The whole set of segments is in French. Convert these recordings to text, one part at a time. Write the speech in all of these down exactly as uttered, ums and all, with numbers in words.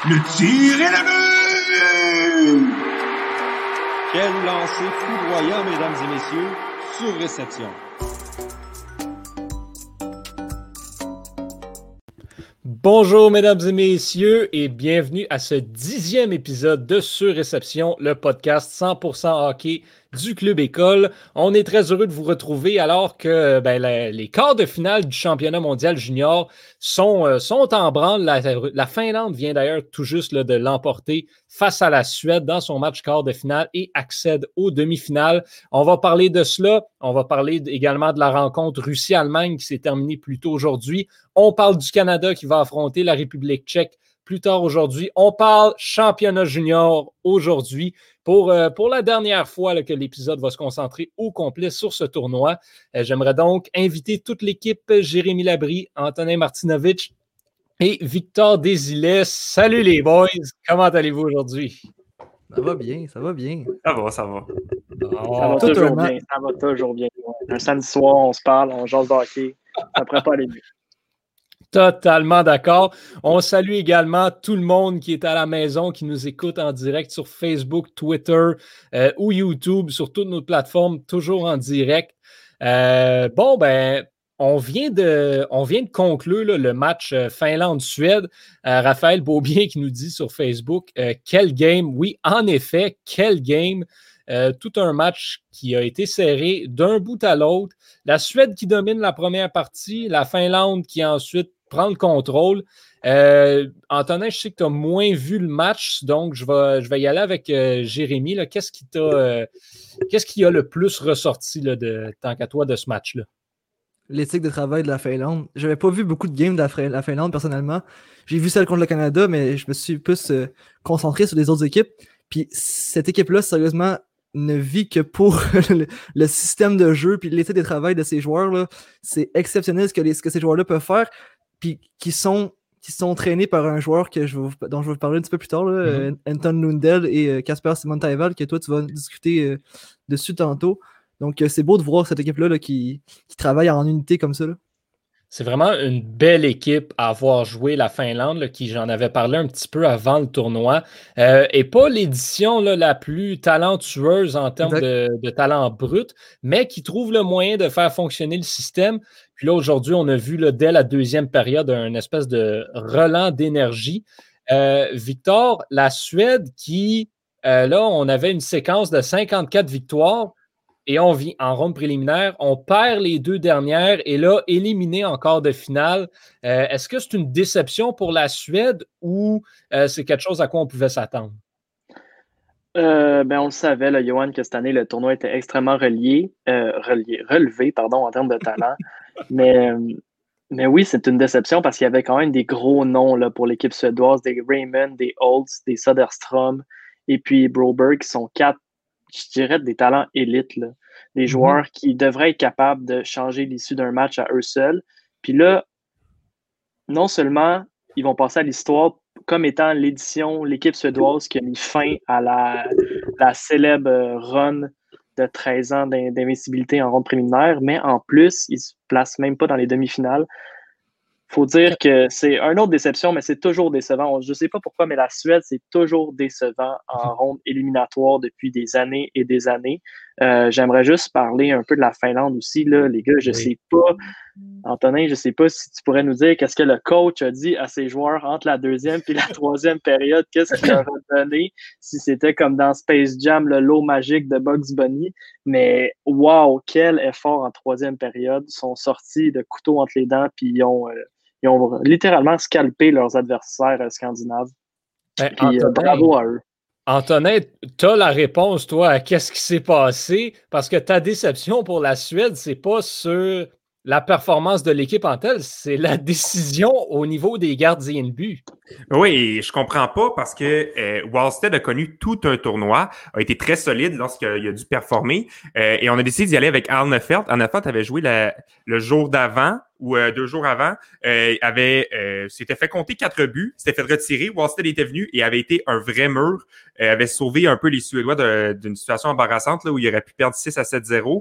Le tir est le but! Quel lancer foudroyant, mesdames et messieurs, sur réception. Bonjour mesdames et messieurs et bienvenue à ce dixième épisode de Sur Réception, le podcast cent pour cent hockey du Club École. On est très heureux de vous retrouver alors que ben, la, les quarts de finale du championnat mondial junior sont, euh, sont en branle. La, la Finlande vient d'ailleurs tout juste là, de l'emporter face à la Suède dans son match quart de finale et accède aux demi-finales. On va parler de cela. On va parler également de la rencontre Russie-Allemagne qui s'est terminée plus tôt aujourd'hui. On parle du Canada qui va affronter la République tchèque plus tard aujourd'hui. On parle championnat junior aujourd'hui pour, euh, pour la dernière fois là, que l'épisode va se concentrer au complet sur ce tournoi. Euh, j'aimerais donc inviter toute l'équipe, Jérémy Labrie, Antonin Martinovic et Victor Desilets. Salut les boys! Comment allez-vous aujourd'hui? Ça va bien, ça va bien. Ça va, ça va. Oh, ça va toujours bien, ça va toujours bien. Un samedi soir, on se parle, on jase de hockey. Ça pourrait pas aller mieux. Totalement d'accord. On salue également tout le monde qui est à la maison, qui nous écoute en direct sur Facebook, Twitter euh, ou YouTube, sur toutes nos plateformes, toujours en direct. Euh, bon, ben, on vient de, on vient de conclure là, le match euh, Finlande-Suède. Euh, Raphaël Beaubien qui nous dit sur Facebook, euh, quel game. Oui, en effet, quel game. Euh, tout un match qui a été serré d'un bout à l'autre. La Suède qui domine la première partie, la Finlande qui ensuite prend le contrôle. Euh, Antonin, je sais que tu as moins vu le match, donc je vais, je vais y aller avec euh, Jérémy. Là. Qu'est-ce qui t'a, euh, qu'est-ce qui a le plus ressorti là, de, tant qu'à toi de ce match-là? L'éthique de travail de la Finlande. J'avais pas vu beaucoup de games de la, Fin- la Finlande personnellement. J'ai vu celle contre le Canada, mais je me suis plus euh, concentré sur les autres équipes. Puis cette équipe-là, sérieusement, ne vit que pour le, le système de jeu puis l'éthique de travail de ces joueurs-là. C'est exceptionnel ce que, les, ce que ces joueurs-là peuvent faire. Puis qui sont, qui sont entraînés par un joueur que je vais, dont je vais vous parler un petit peu plus tard, là, mm-hmm. euh, Anton Lundell et Casper euh, Simon-Taival, que toi, tu vas discuter euh, dessus tantôt. Donc, euh, c'est beau de voir cette équipe-là là, qui, qui travaille en unité comme ça. Là. C'est vraiment une belle équipe à avoir joué la Finlande, là, qui j'en avais parlé un petit peu avant le tournoi. Euh, et pas l'édition là, la plus talentueuse en termes de, de talent brut, mais qui trouve le moyen de faire fonctionner le système. Puis là, aujourd'hui, on a vu là, dès la deuxième période une espèce de relent d'énergie. Euh, Victor, la Suède qui, euh, là, on avait une séquence de cinquante-quatre victoires. Et on vient en ronde préliminaire, on perd les deux dernières et là, éliminé en quart de finale. Euh, est-ce que c'est une déception pour la Suède ou euh, c'est quelque chose à quoi on pouvait s'attendre? Euh, ben on le savait, là, Johan, que cette année, le tournoi était extrêmement relié, euh, relié relevé pardon, en termes de talent. mais, mais oui, c'est une déception parce qu'il y avait quand même des gros noms là, pour l'équipe suédoise, des Raymond, des Holtz, des Söderström et puis Broberg qui sont quatre, je dirais, des talents élites, là. Des joueurs mm-hmm. qui devraient être capables de changer l'issue d'un match à eux seuls. Puis là, non seulement ils vont passer à l'histoire comme étant l'édition, l'équipe suédoise qui a mis fin à la, la célèbre run de treize ans d'invincibilité en ronde préliminaire, mais en plus, ils ne se placent même pas dans les demi-finales. Il faut dire que c'est une autre déception, mais c'est toujours décevant. Je ne sais pas pourquoi, mais la Suède, c'est toujours décevant en ronde éliminatoire depuis des années et des années. Euh, j'aimerais juste parler un peu de la Finlande aussi, là, les gars. Je ne oui. sais pas, Antonin, je ne sais pas si tu pourrais nous dire qu'est-ce que le coach a dit à ses joueurs entre la deuxième et la troisième période. Qu'est-ce qu'il leur a donné? Si c'était comme dans Space Jam, le lot magique de Bugs Bunny. Mais wow, quel effort en troisième période. Ils sont sortis de couteau entre les dents puis ils ont... Euh, Ils ont littéralement scalpé leurs adversaires scandinaves. Ben, Puis, Antonin, euh, bravo à eux. Antonin, tu as la réponse, toi, à qu'est-ce qui s'est passé, parce que ta déception pour la Suède, c'est pas sur la performance de l'équipe en telle, c'est la décision au niveau des gardiens de but. Oui, je comprends pas parce que euh, Wallstead a connu tout un tournoi, a été très solide lorsqu'il a dû performer euh, et on a décidé d'y aller avec Arnefelt. Arnefelt avait joué la, le jour d'avant ou euh, deux jours avant, euh, avait euh, s'était fait compter quatre buts, s'était fait retirer. Wallstead était venu et avait été un vrai mur, euh, avait sauvé un peu les Suédois de, d'une situation embarrassante là, où il aurait pu perdre six à sept zéro.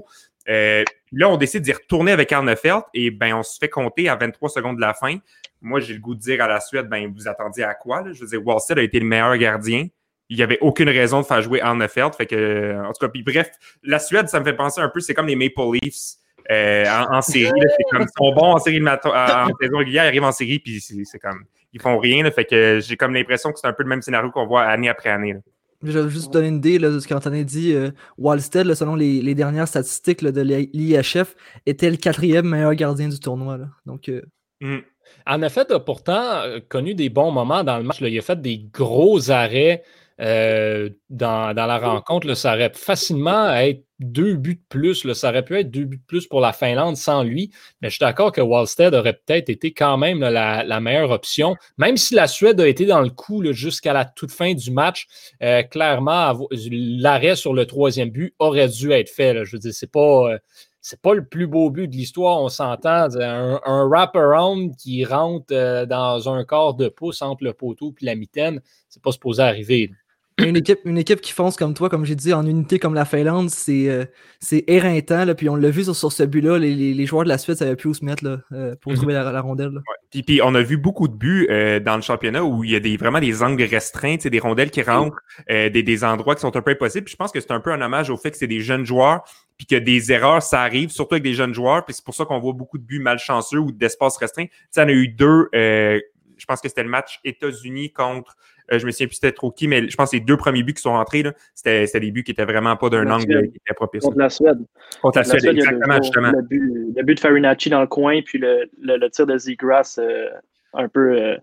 Euh, là, on décide d'y retourner avec Arnefelt et ben, on se fait compter à vingt-trois secondes de la fin. Moi, j'ai le goût de dire à la Suède, ben, vous attendiez à quoi? Là? Je veux dire, Wallstedt a été le meilleur gardien. Il n'y avait aucune raison de faire jouer Arnefelt. Fait que, en tout cas, puis bref, la Suède, ça me fait penser un peu, c'est comme les Maple Leafs euh, en, en série. Là, c'est comme, ils sont bons en série de mato- en, en saison régulière, ils arrivent en série, puis c'est, c'est comme, ils font rien. Là, fait que j'ai comme l'impression que c'est un peu le même scénario qu'on voit année après année. Là. Je vais juste vous donner une idée là, de ce qu'Anthony dit. Euh, Wallstedt, là, selon les, les dernières statistiques là, de l'I H F, était le quatrième meilleur gardien du tournoi. Là. Donc, euh... mm. En effet, a pourtant connu des bons moments dans le match. Là. Il a fait des gros arrêts euh, dans, dans la rencontre. Là. Ça aurait facilement être deux buts de plus. Là. Ça aurait pu être deux buts de plus pour la Finlande sans lui. Mais je suis d'accord que Wallstedt aurait peut-être été quand même là, la, la meilleure option. Même si la Suède a été dans le coup là, jusqu'à la toute fin du match, euh, clairement, l'arrêt sur le troisième but aurait dû être fait. Là. Je veux dire, c'est pas... Euh, C'est pas le plus beau but de l'histoire, on s'entend. Un, un wrap-around qui rentre euh, dans un quart de pouce entre le poteau et la mitaine, c'est pas supposé arriver. Une équipe, une équipe qui fonce comme toi, comme j'ai dit, en unité comme la Finlande, c'est, euh, c'est éreintant. Là, puis on l'a vu sur, sur ce but-là, les, les, les joueurs de la Suède savaient plus où se mettre là, euh, pour mm-hmm. trouver la, la rondelle. Là. Ouais. Puis, puis on a vu beaucoup de buts euh, dans le championnat où il y a des, vraiment des angles restreints, des rondelles qui rentrent, euh, des, des endroits qui sont un peu impossibles. Puis je pense que c'est un peu un hommage au fait que c'est des jeunes joueurs, puis que des erreurs, ça arrive, surtout avec des jeunes joueurs. Puis c'est pour ça qu'on voit beaucoup de buts malchanceux ou d'espaces restreints. Tu sais, on a eu deux, euh, je pense que c'était le match États-Unis contre... Euh, je me souviens plus c'était trop qui, mais je pense que les deux premiers buts qui sont rentrés, là, c'était, c'était des buts qui étaient vraiment pas d'un angle qui était propice. Contre la Suède. Contre la Suède, Suède exactement, justement. Le but, le but de Farinacci dans le coin, puis le, le, le tir de Zegras, euh, un peu euh,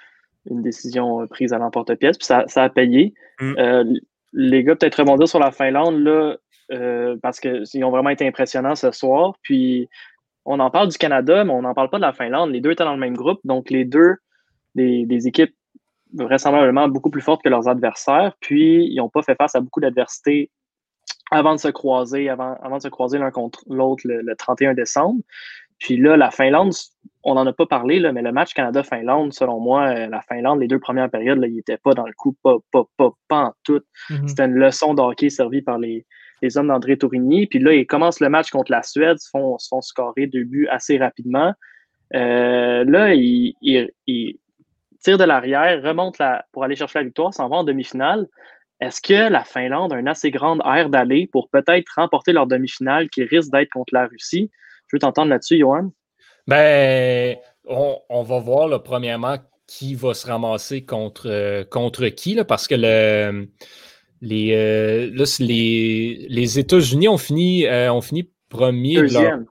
une décision prise à l'emporte-pièce, puis ça, ça a payé. Mm. Euh, les gars, peut-être rebondir sur la Finlande, là, euh, parce qu'ils ont vraiment été impressionnants ce soir. Puis on en parle du Canada, mais on n'en parle pas de la Finlande. Les deux étaient dans le même groupe, donc les deux, des, des équipes vraisemblablement beaucoup plus fortes que leurs adversaires, puis ils n'ont pas fait face à beaucoup d'adversité avant de se croiser, avant, avant de se croiser l'un contre l'autre le, le trente et un décembre. Puis là, la Finlande, on n'en a pas parlé, là, mais le match Canada-Finlande, selon moi, la Finlande, les deux premières périodes, là, ils n'étaient pas dans le coup, pas, pas, pas, pas en tout. Mm-hmm. C'était une leçon de hockey servie par les, les hommes d'André Tourigny. Puis là, ils commencent le match contre la Suède, se font, se font scorer deux buts assez rapidement. Euh, là, ils, ils, ils tirent de l'arrière, remontent la, pour aller chercher la victoire, s'en vont en demi-finale. Est-ce que la Finlande a une assez grande aire d'aller pour peut-être remporter leur demi-finale qui risque d'être contre la Russie? Je veux t'entendre là-dessus, Johan. Ben, on, on va voir, là, premièrement, qui va se ramasser contre, euh, contre qui, là, parce que le, les, euh, là, les, les États-Unis ont fini, euh, ont fini premier. Deuxième. De leur...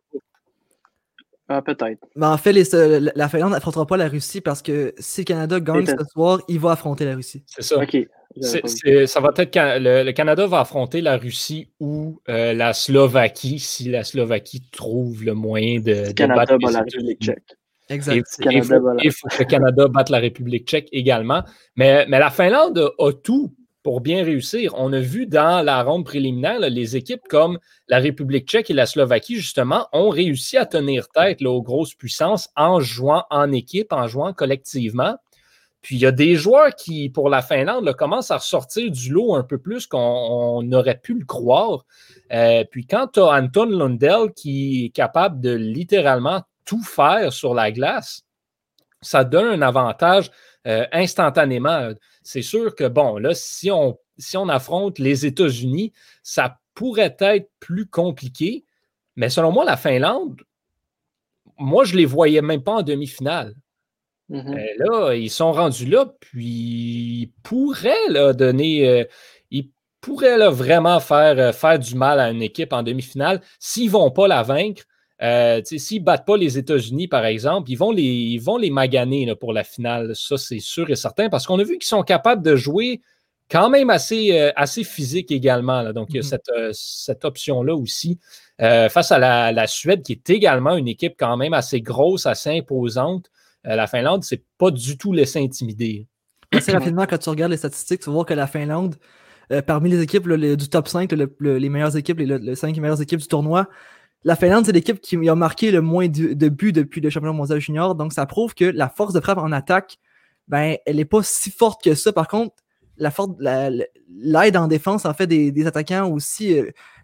Ah, peut-être. Mais en fait, les, la Finlande n'affrontera pas la Russie parce que si le Canada gagne ce soir, il va affronter la Russie. C'est ça. OK. C'est, c'est, ça va être le, le Canada va affronter la Russie ou euh, la Slovaquie si la Slovaquie trouve le moyen de, de Canada battre la République tchèque. Exact. Il faut, il faut que le Canada batte la République tchèque également. Mais, mais la Finlande a tout pour bien réussir. On a vu dans la ronde préliminaire, là, les équipes comme la République tchèque et la Slovaquie, justement, ont réussi à tenir tête là, aux grosses puissances en jouant en équipe, en jouant collectivement. Puis il y a des joueurs qui, pour la Finlande, là, commencent à ressortir du lot un peu plus qu'on aurait pu le croire. Euh, puis quand tu as Anton Lundell qui est capable de littéralement tout faire sur la glace, ça donne un avantage euh, instantanément. C'est sûr que, bon, là, si on, si on affronte les États-Unis, ça pourrait être plus compliqué. Mais selon moi, la Finlande, moi, je ne les voyais même pas en demi-finale. Mm-hmm. Euh, là, ils sont rendus là, puis ils pourraient là, donner, euh, ils pourraient là, vraiment faire, euh, faire du mal à une équipe en demi-finale. S'ils ne vont pas la vaincre, euh, s'ils ne battent pas les États-Unis, par exemple, ils vont les, ils vont les maganer là, pour la finale. Ça, c'est sûr et certain, parce qu'on a vu qu'ils sont capables de jouer quand même assez, euh, assez physique également. Là. Donc, il y a mm-hmm. cette, euh, cette option-là aussi. Euh, face à la, la Suède, qui est également une équipe quand même assez grosse, assez imposante. Euh, la Finlande, c'est pas du tout laissé intimider. Assez rapidement, quand tu regardes les statistiques, tu vas voir que la Finlande, euh, parmi les équipes là, le, du top cinq, le, le, les meilleures équipes, les, les cinq meilleures équipes du tournoi, la Finlande, c'est l'équipe qui a marqué le moins de, de buts depuis le championnat mondial junior. Donc, ça prouve que la force de frappe en attaque, ben, elle n'est pas si forte que ça. Par contre, la force, la, l'aide en défense, en fait, des, des attaquants aussi, euh,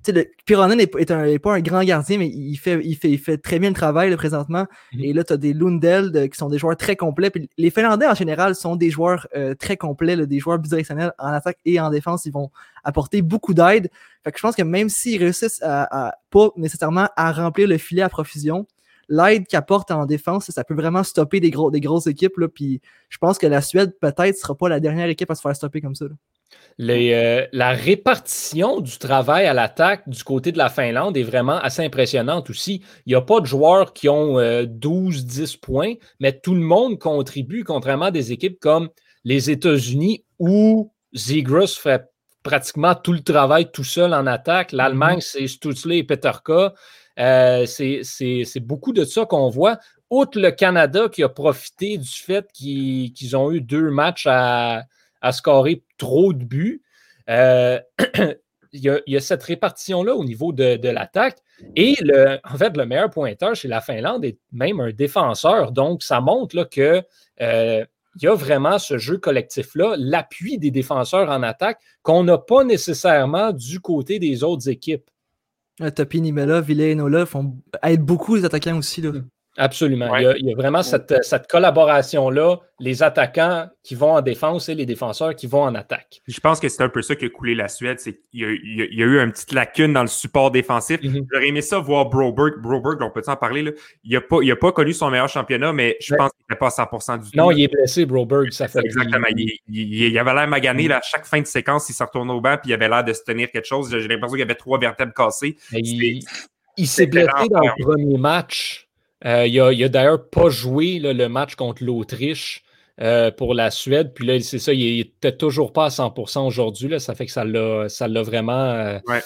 sais, le Pironen n'est est un, est pas un grand gardien, mais il fait, il fait, il fait très bien le travail là, présentement. Mm-hmm. Et là, tu as des Lundell de, qui sont des joueurs très complets. Puis les Finlandais, en général, sont des joueurs euh, très complets, là, des joueurs bidirectionnels en attaque et en défense. Ils vont apporter beaucoup d'aide. Fait que je pense que même s'ils réussissent à, à pas nécessairement à remplir le filet à profusion, l'aide qu'ils apportent en défense, ça peut vraiment stopper des, gros, des grosses équipes. Là, puis je pense que la Suède, peut-être, ne sera pas la dernière équipe à se faire stopper comme ça. Là. Les, euh, la répartition du travail à l'attaque du côté de la Finlande est vraiment assez impressionnante aussi. Il n'y a pas de joueurs qui ont euh, douze dix points, mais tout le monde contribue, contrairement à des équipes comme les États-Unis où Zegras fait pratiquement tout le travail tout seul en attaque. L'Allemagne, mm-hmm. c'est Stutzle et Peterka. Euh, c'est, c'est, c'est beaucoup de ça qu'on voit. Outre le Canada qui a profité du fait qu'ils, qu'ils ont eu deux matchs à... à scorer trop de buts. Euh, il, y a, il y a cette répartition-là au niveau de, de l'attaque. Et le, en fait, le meilleur pointeur chez la Finlande est même un défenseur. Donc, ça montre là, que euh, il y a vraiment ce jeu collectif-là, l'appui des défenseurs en attaque qu'on n'a pas nécessairement du côté des autres équipes. Topi, Nimela, Ville et Nola font aident beaucoup les attaquants aussi. Là. Absolument. Ouais. Il, y a, il y a vraiment ouais. cette, cette collaboration-là, les attaquants qui vont en défense et les défenseurs qui vont en attaque. Je pense que c'est un peu ça qui a coulé la Suède. C'est qu'il y a, il y a, il y a eu une petite lacune dans le support défensif. Mm-hmm. J'aurais aimé ça voir Broberg. Broberg, on peut en parler. Là. Il n'a pas, pas connu son meilleur championnat, mais je ouais. pense qu'il n'était pas à cent pour cent du tout. Non, il est blessé, Broberg. Ça fait Exactement. Il, il, il avait l'air magané. Mm-hmm. Là, à chaque fin de séquence, il se retourne au banc puis il avait l'air de se tenir quelque chose. J'ai l'impression qu'il y avait trois vertèbres cassées. Il, il s'est blessé dans le premier match. Euh, il, a, il a d'ailleurs pas joué là, le match contre l'Autriche euh, pour la Suède. Puis là, c'est ça, il n'était toujours pas à cent pour cent aujourd'hui. Là, ça fait que ça l'a, ça l'a vraiment euh, ouais.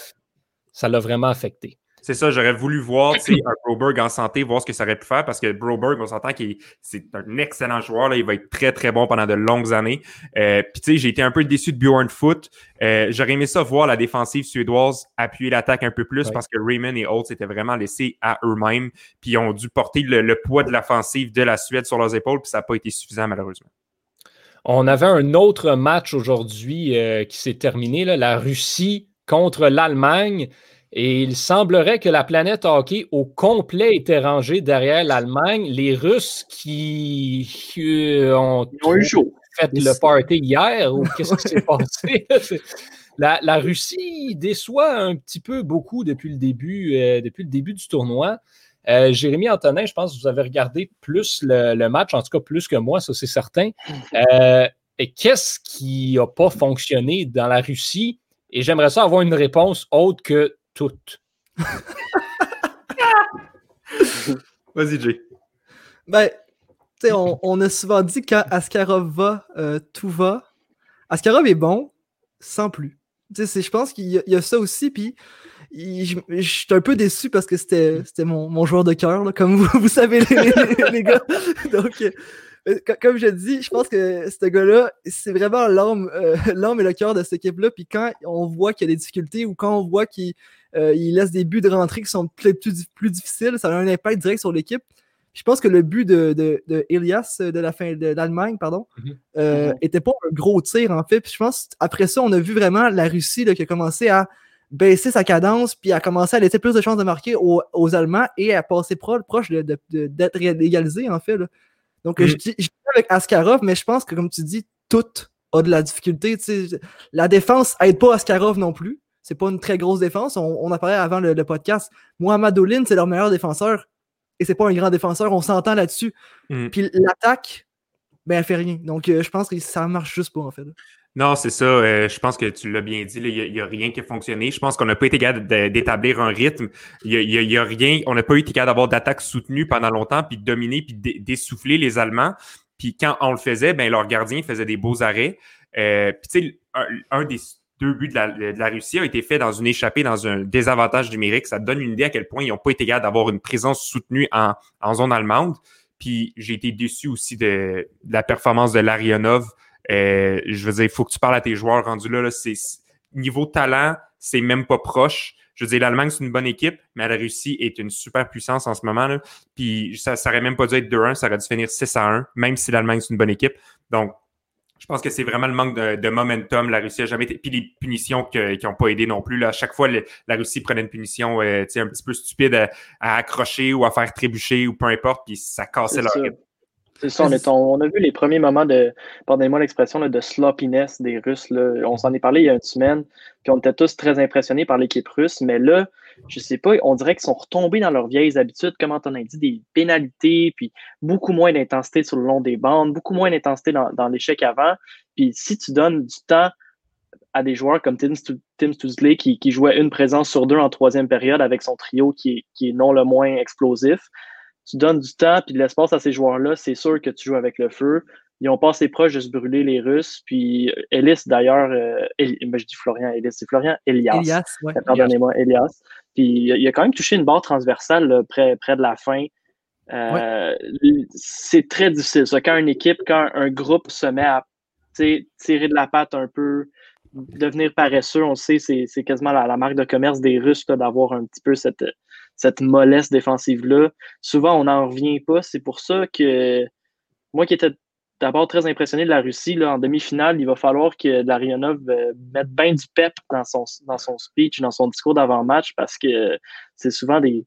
ça l'a vraiment affecté. C'est ça, j'aurais voulu voir un Broberg en santé, voir ce que ça aurait pu faire, parce que Broberg, on s'entend qu'il est, c'est un excellent joueur, là, il va être très très bon pendant de longues années. Euh, Puis tu sais, j'ai été un peu déçu de Bjorn Foot. Euh, j'aurais aimé ça voir la défensive suédoise appuyer l'attaque un peu plus, ouais. parce que Raymond et Holtz étaient vraiment laissés à eux-mêmes, puis ils ont dû porter le, le poids de l'offensive de la Suède sur leurs épaules, puis ça n'a pas été suffisant malheureusement. On avait un autre match aujourd'hui euh, qui s'est terminé, là, la Russie contre l'Allemagne. Et il semblerait que la planète hockey au complet était rangée derrière l'Allemagne. Les Russes qui euh, ont, ont eu chaud. fait le party hier, ou qu'est-ce qui s'est passé? La, la Russie déçoit un petit peu beaucoup depuis le début, euh, depuis le début du tournoi. Euh, Jérémy Antonin, je pense que vous avez regardé plus le, le match, en tout cas plus que moi, ça c'est certain. Euh, et qu'est-ce qui n'a pas fonctionné dans la Russie? Et j'aimerais ça avoir une réponse autre que toutes. Vas-y, Jay. Ben, tu sais, on, on a souvent dit que quand Askarov va, euh, tout va. Askarov est bon, sans plus. Tu sais, je pense qu'il y, y a ça aussi, puis je, je suis un peu déçu parce que c'était, c'était mon, mon joueur de cœur, là, comme vous, vous savez, les, les, les gars. Donc, euh, comme je dis, je pense que ce gars-là, c'est vraiment l'âme, euh, l'âme et le cœur de cette équipe-là. Puis quand on voit qu'il y a des difficultés ou quand on voit qu'il euh, il laisse des buts de rentrée qui sont plus, plus, plus difficiles, ça a un impact direct sur l'équipe. Je pense que le but de, de, de Elias de la fin de l'Allemagne, pardon, mm-hmm. euh, mm-hmm. était pas un gros tir en fait. Puis je pense après ça, on a vu vraiment la Russie là, qui a commencé à baisser sa cadence, puis à commencer à laisser plus de chances de marquer aux, aux Allemands et à passer pro, proche de, de, de, d'être égalisé en fait. Là. Donc, mm-hmm. je dis, je dis avec Askarov, mais je pense que, comme tu dis, tout a de la difficulté. T'sais. La défense aide pas Askarov non plus. C'est pas une très grosse défense. On, on en parlait avant le, le podcast. Mohamed Olin, c'est leur meilleur défenseur. Et c'est pas un grand défenseur. On s'entend là-dessus. Mm. Puis l'attaque, ben, elle fait rien. Donc, euh, je pense que ça marche juste pas, en fait. Non, c'est ça. Euh, je pense que tu l'as bien dit. Il n'y a, a rien qui a fonctionné. Je pense qu'on n'a pas été capable d'établir un rythme. Il y a, y a rien. On n'a pas été capable d'avoir d'attaque soutenue pendant longtemps, puis de dominer, puis d'essouffler les Allemands. Puis quand on le faisait, ben leur gardien faisait des beaux arrêts. Euh, puis tu sais, un, un des deux buts de la, de la Russie a été fait dans une échappée, dans un désavantage numérique. Ça te donne une idée à quel point ils n'ont pas été capables d'avoir une présence soutenue en, en zone allemande. Puis j'ai été déçu aussi de, de la performance de Larionov. Euh, je veux dire, il faut que tu parles à tes joueurs rendus là. là c'est, niveau talent, c'est même pas proche. Je veux dire, l'Allemagne, c'est une bonne équipe, mais la Russie est une super puissance en ce moment. Là. Puis ça, ça aurait même pas dû être deux un, ça aurait dû finir six à un, même si l'Allemagne, c'est une bonne équipe. Donc, Je pense que c'est vraiment le manque de, de momentum. La Russie a jamais été... Puis les punitions que, qui n'ont pas aidé non plus. Là. À chaque fois, le, la Russie prenait une punition euh, un petit peu stupide à, à accrocher ou à faire trébucher ou peu importe, puis ça cassait leur rythme. C'est ça, on, est, on, on a vu les premiers moments de, pardonnez-moi l'expression, là, de sloppiness des Russes. Là. On s'en est parlé il y a une semaine, puis on était tous très impressionnés par l'équipe russe, mais là, je sais pas, on dirait qu'ils sont retombés dans leurs vieilles habitudes, comme on a dit, des pénalités, puis beaucoup moins d'intensité sur le long des bandes, beaucoup moins d'intensité dans, dans l'échec avant. Puis si tu donnes du temps à des joueurs comme Tim, Tim Stutzle qui, qui jouait une présence sur deux en troisième période avec son trio qui est, qui est non le moins explosif, tu donnes du temps puis de l'espace à ces joueurs-là, c'est sûr que tu joues avec le feu. Ils ont passé proche de se brûler les Russes. Puis Ellis, d'ailleurs, euh, El... je dis Florian Ellis, c'est Florian Elias. Elias, ouais. Pardonnez-moi, Elias. Puis il a quand même touché une barre transversale là, près, près de la fin. Euh, ouais. C'est très difficile. Ça. Quand une équipe, quand un groupe se met à tirer de la patte un peu, devenir paresseux, on sait, c'est, c'est quasiment la, la marque de commerce des Russes là, d'avoir un petit peu cette, cette mollesse défensive-là. Souvent, on n'en revient pas. C'est pour ça que moi qui étais d'abord très impressionné de la Russie, là, en demi-finale, il va falloir que Larionov euh, mette bien du pep dans son, dans son speech, dans son discours d'avant-match, parce que c'est souvent des,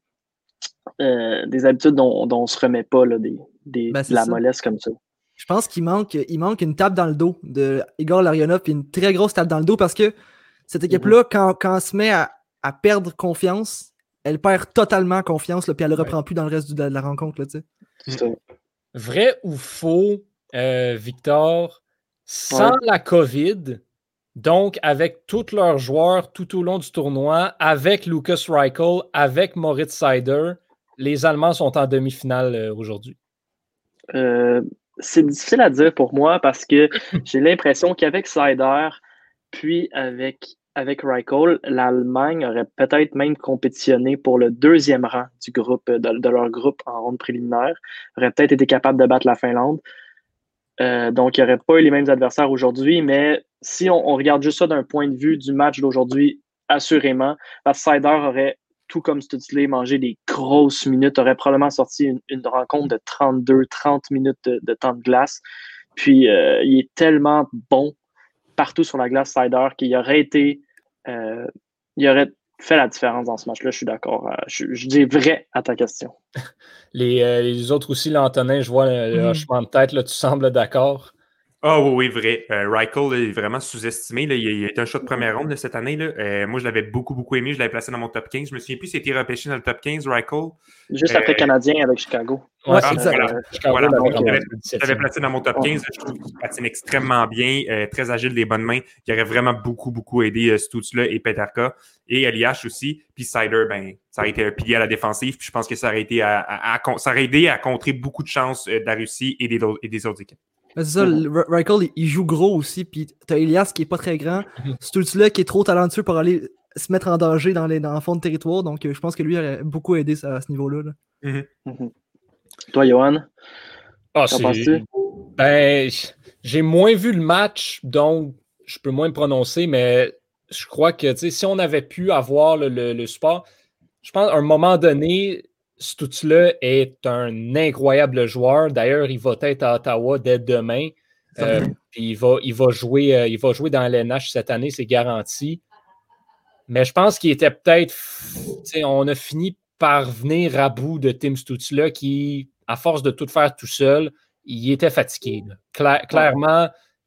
euh, des habitudes dont, dont on ne se remet pas, là, des, des, ben, de la ça. mollesse comme ça. Je pense qu'il manque, il manque une tape dans le dos de Igor Larionov, puis une très grosse tape dans le dos, parce que cette équipe-là, mm-hmm. quand, quand elle se met à, à perdre confiance, elle perd totalement confiance, là, puis elle ne reprend ouais. plus dans le reste de, de la rencontre. Là, mm-hmm. Vrai ou faux, euh, Victor, sans ouais. la COVID, donc avec tous leurs joueurs tout au long du tournoi, avec Lukas Reichel, avec Moritz Seider, les Allemands sont en demi-finale euh, aujourd'hui? Euh, c'est difficile à dire pour moi parce que j'ai l'impression qu'avec Seider, puis avec, avec Reichel, l'Allemagne aurait peut-être même compétitionné pour le deuxième rang du groupe, de, de leur groupe en ronde préliminaire, aurait peut-être été capable de battre la Finlande. Euh, donc, il n'y aurait pas eu les mêmes adversaires aujourd'hui, mais si on, on regarde juste ça d'un point de vue du match d'aujourd'hui, assurément, parce que Seider aurait, tout comme Stutzle, mangé des grosses minutes, aurait probablement sorti une, une rencontre de trente-deux trente minutes de, de temps de glace. Puis, euh, il est tellement bon partout sur la glace, Seider, qu'il aurait été, euh, il aurait fait la différence dans ce match-là, je suis d'accord. Je, je dis vrai à ta question. Les, euh, les autres aussi, là, Antonin, je vois le, le hochement de tête, là, tu sembles d'accord? Ah oh, oui, oui, vrai. Euh, Reichel là, est vraiment sous-estimé. Là. Il, il a été un choix de première ronde là, cette année. Là. Euh, moi, je l'avais beaucoup, beaucoup aimé. Je l'avais placé dans mon top quinze. Je me souviens plus s'il a été repêché dans le top quinze, Reichel. Juste euh, après Canadien avec Chicago. Ouais, ah, exact. Voilà. Euh, Chicago, voilà. Donc, je, l'avais, je l'avais placé dans mon top quinze. Je trouve qu'il patine extrêmement bien, euh, très agile, des bonnes mains. Il aurait vraiment beaucoup, beaucoup aidé euh, Stutzle et Peterka. Et Elias aussi. Puis Seider, ben, ça aurait été un pilier à la défensive. Puis je pense que ça aurait, été à, à, à, ça aurait aidé à contrer beaucoup de chances euh, de la Russie et des, et des autres équipes. Ben c'est ça, mm-hmm. Reichel, il joue gros aussi, puis t'as Elias qui est pas très grand, mm-hmm. Stutzle qui est trop talentueux pour aller se mettre en danger dans, les, dans le fond de territoire, donc euh, je pense que lui aurait beaucoup aidé à, à ce niveau-là. Là. Mm-hmm. Mm-hmm. Toi, Johan? Ah, Qu'en penses-tu? Ben, j'ai moins vu le match, donc je peux moins me prononcer, mais je crois que si on avait pu avoir le, le, le support, je pense qu'à un moment donné, Stutzle est un incroyable joueur. D'ailleurs, il va être à Ottawa dès demain. Euh, puis il va, il va jouer, euh, il va jouer dans l'N H cette année, c'est garanti. Mais je pense qu'il était peut-être... On a fini par venir à bout de Tim Stutzle qui, à force de tout faire tout seul, il était fatigué. Cla- clairement,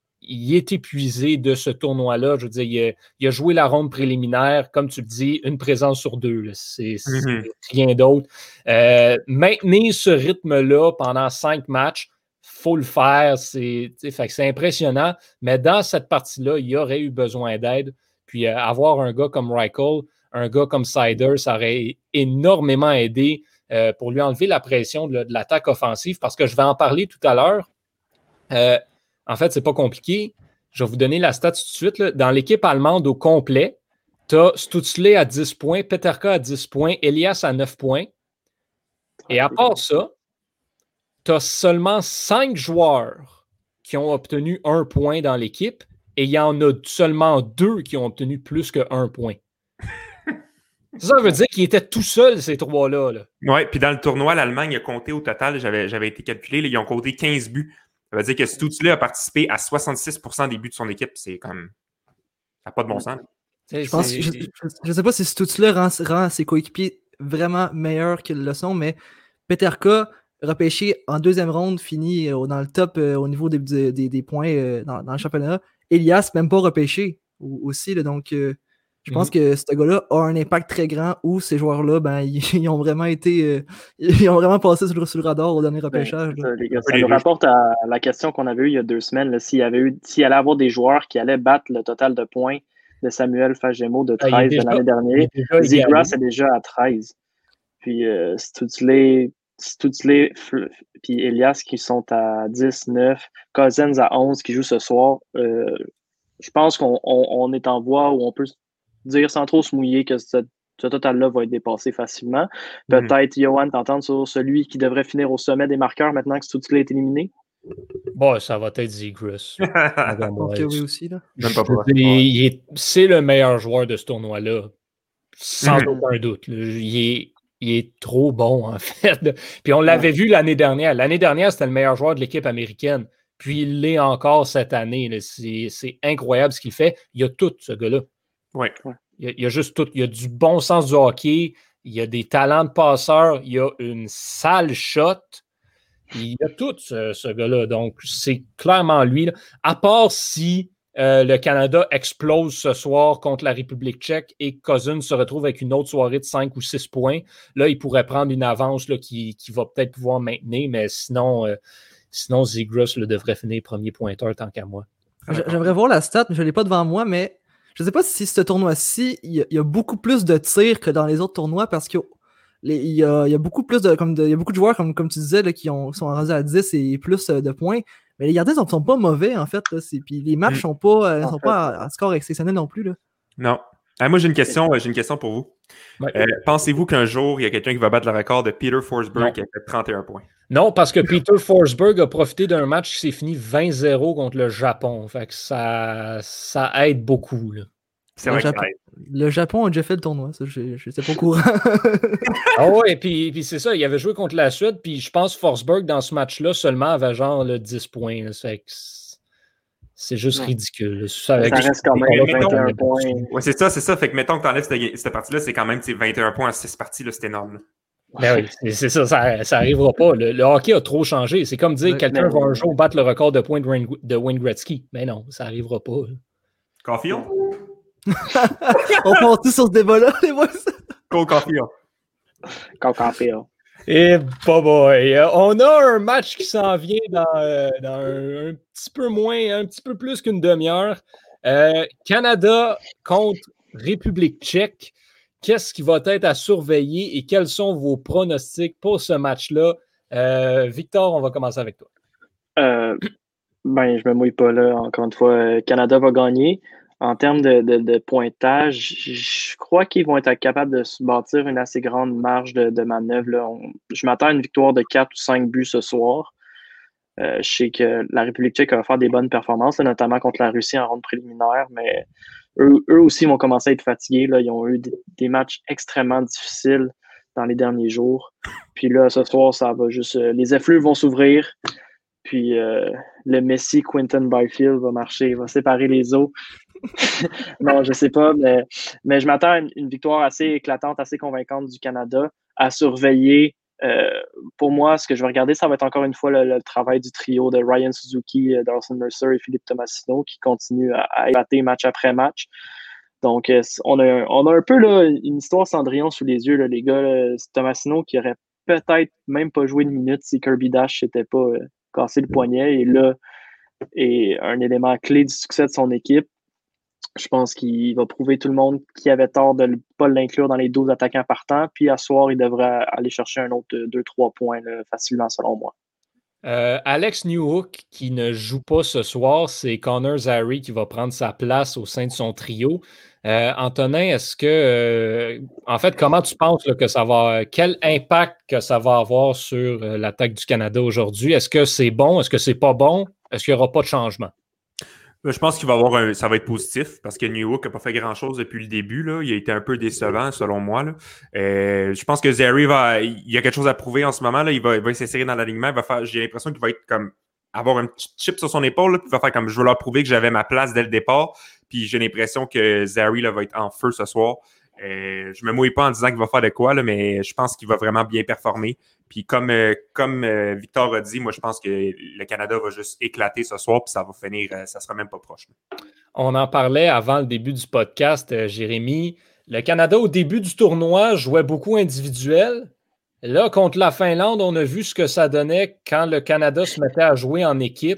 il est épuisé de ce tournoi-là. Je veux dire, il a, il a joué la ronde préliminaire, comme tu le dis, une présence sur deux. Là. C'est, c'est mm-hmm. rien d'autre. Euh, maintenir ce rythme-là pendant cinq matchs, il faut le faire. C'est, fait que c'est impressionnant. Mais dans cette partie-là, il y aurait eu besoin d'aide. Puis euh, avoir un gars comme Reichel, un gars comme Seider, ça aurait énormément aidé euh, pour lui enlever la pression de, de l'attaque offensive. Parce que je vais en parler tout à l'heure. Euh, En fait, c'est pas compliqué. Je vais vous donner la stat tout de suite. Là. Dans l'équipe allemande au complet, tu as Stutzle à dix points, Peterka à dix points, Elias à neuf points. Et à part ça, tu as seulement cinq joueurs qui ont obtenu un point dans l'équipe et il y en a seulement deux qui ont obtenu plus que un point. Ça veut dire qu'il était tout seul, ces trois-là. Là. Oui, puis dans le tournoi, l'Allemagne a compté au total, j'avais, j'avais été calculé, là, ils ont compté quinze buts. Ça veut dire que Stutzle a participé à soixante-six pour cent des buts de son équipe. C'est comme... Ça n'a pas de bon sens. Je pense, je, je, je sais pas si Stutzle rend, rend ses coéquipiers vraiment meilleurs qu'ils le sont, mais Peterka, repêché en deuxième ronde, fini euh, dans le top euh, au niveau des, des, des points euh, dans, dans le championnat. Elias, même pas repêché aussi. Là, donc, euh, je pense mm-hmm. que ce gars-là a un impact très grand où ces joueurs-là, ben, ils, ils ont vraiment été. Euh, ils ont vraiment passé sur le, sur le radar au dernier repêchage. Ben, ça, les gars, ça nous rapporte à la question qu'on avait eue il y a deux semaines. Là, s'il y avait eu, s'il allait avoir des joueurs qui allaient battre le total de points de Samuel Fagemo de treize ah, déjà, de l'année dernière. Zegras est déjà à treize. Puis euh, Stutzle, Stutzle puis Elias qui sont à dix, neuf, Cousins à onze qui joue ce soir. Euh, je pense qu'on on, on est en voie où on peut dire sans trop se mouiller que ce, ce total-là va être dépassé facilement. Peut-être, mm. Johan, t'entendre sur celui qui devrait finir au sommet des marqueurs maintenant que Stutzle est éliminé? Bon, ça va être Zegras. Ok, oui aussi, là. Il est, c'est le meilleur joueur de ce tournoi-là. Sans mm. aucun doute. Il est, il est trop bon, en fait. Puis on l'avait ouais. vu l'année dernière. L'année dernière, c'était le meilleur joueur de l'équipe américaine. Puis il l'est encore cette année. C'est, c'est incroyable ce qu'il fait. Il y a tout, ce gars-là. Oui. Il y a, il y a juste tout. Il y a du bon sens du hockey. Il y a des talents de passeur. Il y a une sale shot. Il y a tout, ce, ce gars-là. Donc, c'est clairement lui. Là. À part si euh, le Canada explose ce soir contre la République tchèque et Cousins se retrouve avec une autre soirée de cinq ou six points, là, il pourrait prendre une avance là, qui, qui va peut-être pouvoir maintenir, mais sinon, euh, sinon Zegras le devrait finir premier pointeur tant qu'à moi. J'aimerais voir la stat, mais je ne l'ai pas devant moi, mais je ne sais pas si ce tournoi-ci, il y, a, il y a beaucoup plus de tirs que dans les autres tournois parce que Les, il, y a, il y a beaucoup plus de, comme de, il y a beaucoup de joueurs, comme, comme tu disais, là, qui ont, sont rendus à dix et plus de points. Mais les gardiens ne sont, sont pas mauvais, en fait. Là, puis les matchs ne sont pas, euh, sont pas à, à score exceptionnel non plus. Là. Non. Ah, moi, j'ai une question, j'ai une question pour vous. Ouais. Euh, pensez-vous qu'un jour, il y a quelqu'un qui va battre le record de Peter Forsberg non. qui a fait trente et un points? Non, parce que Peter Forsberg a profité d'un match qui s'est fini vingt zéro contre le Japon. Fait que ça, ça aide beaucoup. Là. C'est vrai le, Japon, le Japon a déjà fait le tournoi, ça, je n'étais pas au courant. Ah ouais, et puis, puis c'est ça, il avait joué contre la Suède, puis je pense que Forsberg, dans ce match-là, seulement avait genre là, dix points. Là, c'est, c'est juste ouais. ridicule. Ça, ça reste quand même vingt et un points. Ouais, c'est ça, c'est ça. Fait que mettons que tu enlèves cette, cette partie-là, c'est quand même vingt et un points à six parties, là, c'est énorme. Là. Ben oui, c'est, c'est ça, ça, ça arrivera pas. Le, le hockey a trop changé. C'est comme dire que ouais, quelqu'un va un jour battre le record de points de Wayne, de Wayne Gretzky. Mais non, ça arrivera pas. Caulfield? On part tout sur ce débat-là, les boys. Cole Caulfield. Cole Caulfield. Et bah boy, on a un match qui s'en vient dans, euh, dans un, un petit peu moins, un petit peu plus qu'une demi-heure. Euh, Canada contre République tchèque. Qu'est-ce qui va être à surveiller et quels sont vos pronostics pour ce match-là? Euh, Victor, on va commencer avec toi. Euh, ben, je me mouille pas là. Encore une fois, Canada va gagner. En termes de, de, de pointage, je crois qu'ils vont être capables de se bâtir une assez grande marge de, de manœuvre. Là. On, je m'attends à une victoire de quatre ou cinq buts ce soir. Euh, je sais que la République tchèque va faire des bonnes performances, là, notamment contre la Russie en ronde préliminaire, mais eux, eux aussi vont commencer à être fatigués. Là. Ils ont eu des, des matchs extrêmement difficiles dans les derniers jours. Puis là, ce soir, ça va juste... Euh, les effluves vont s'ouvrir. Puis euh, le Messi Quinton Byfield va marcher, il va séparer les eaux. Non, je sais pas, mais, mais je m'attends à une, une victoire assez éclatante, assez convaincante du Canada à surveiller. Euh, pour moi, ce que je vais regarder, ça va être encore une fois le, le travail du trio de Ryan Suzuki, Dawson Mercer et Philippe Tomasino qui continuent à, à épater match après match. Donc, on a, on a un peu là, une histoire Cendrillon sous les yeux, là, les gars. Là, Tomasino qui aurait peut-être même pas joué une minute si Kirby Dash n'était pas euh, cassé le poignet. Et là, est un élément clé du succès de son équipe. Je pense qu'il va prouver tout le monde qui avait tort de ne pas l'inclure dans les douze attaquants partants. Puis à soir, il devrait aller chercher un autre deux trois points là, facilement, selon moi. Euh, Alex Newhook, qui ne joue pas ce soir, c'est Connor Zary qui va prendre sa place au sein de son trio. Euh, Antonin, est-ce que, euh, en fait, comment tu penses là, que ça va, quel impact que ça va avoir sur euh, l'attaque du Canada aujourd'hui? Est-ce que c'est bon? Est-ce que c'est pas bon? Est-ce qu'il n'y aura pas de changement? Je pense qu'il va avoir un, ça va être positif parce que Newhook n'a pas fait grand-chose depuis le début. Là. Il a été un peu décevant, selon moi. Là. Euh, je pense que Zary va, il y a quelque chose à prouver en ce moment. Là. Il va, il va s'insérer dans l'alignement. Il va faire, j'ai l'impression qu'il va être comme avoir un petit chip sur son épaule, là, puis il va faire comme je veux leur prouver que j'avais ma place dès le départ. Puis j'ai l'impression que Zary là, va être en feu ce soir. Euh, je me mouille pas en disant qu'il va faire de quoi, là, mais je pense qu'il va vraiment bien performer. Puis comme, euh, comme euh, Victor a dit, moi je pense que le Canada va juste éclater ce soir, puis ça va finir, euh, ça sera même pas proche. On en parlait avant le début du podcast, euh, Jérémy. Le Canada, au début du tournoi, jouait beaucoup individuel. Là, contre la Finlande, on a vu ce que ça donnait quand le Canada se mettait à jouer en équipe.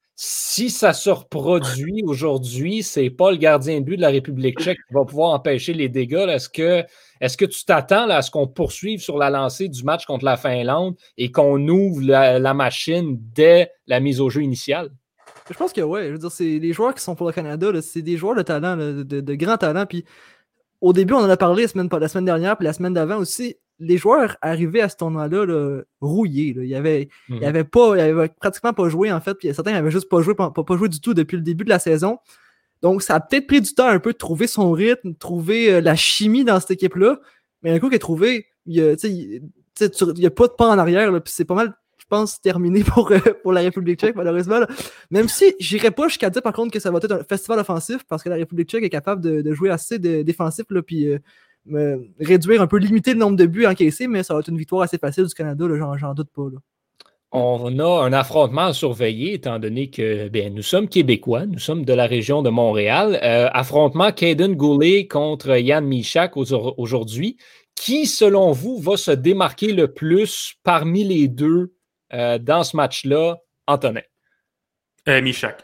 Si ça se reproduit aujourd'hui, c'est pas le gardien de but de la République tchèque qui va pouvoir empêcher les dégâts. Là. Est-ce que, est-ce que tu t'attends là, à ce qu'on poursuive sur la lancée du match contre la Finlande et qu'on ouvre la, la machine dès la mise au jeu initiale? Je pense que oui. Je veux dire, c'est les joueurs qui sont pour le Canada, là, c'est des joueurs de talent, là, de, de grand talent. Puis au début, on en a parlé la semaine, la semaine dernière, puis la semaine d'avant aussi. Les joueurs arrivaient à ce tournoi-là là, rouillés. Là. Il y avait, mm-hmm. il y avait pas, il y avait pratiquement pas joué en fait, puis certains n'avaient juste pas joué, pas, pas joué du tout depuis le début de la saison. Donc ça a peut-être pris du temps un peu de trouver son rythme, de trouver euh, la chimie dans cette équipe-là. Mais un coup qu'il a trouvé, il n'y a pas de pas en arrière, là, puis c'est pas mal, je pense, terminé pour, euh, pour la République tchèque, malheureusement. Là. Même si j'irais pas jusqu'à dire par contre que ça va être un festival offensif, parce que la République tchèque est capable de, de jouer assez de, défensif, là, puis euh, Euh, réduire un peu, limiter le nombre de buts encaissés, mais ça va être une victoire assez facile du Canada, là, j'en, j'en doute pas. Là. On a un affrontement à surveiller, étant donné que bien, nous sommes Québécois, nous sommes de la région de Montréal. Euh, affrontement Caden Goulet contre Jan Mysak aujourd'hui. Qui, selon vous, va se démarquer le plus parmi les deux euh, dans ce match-là, Antonin? Euh, Mysak.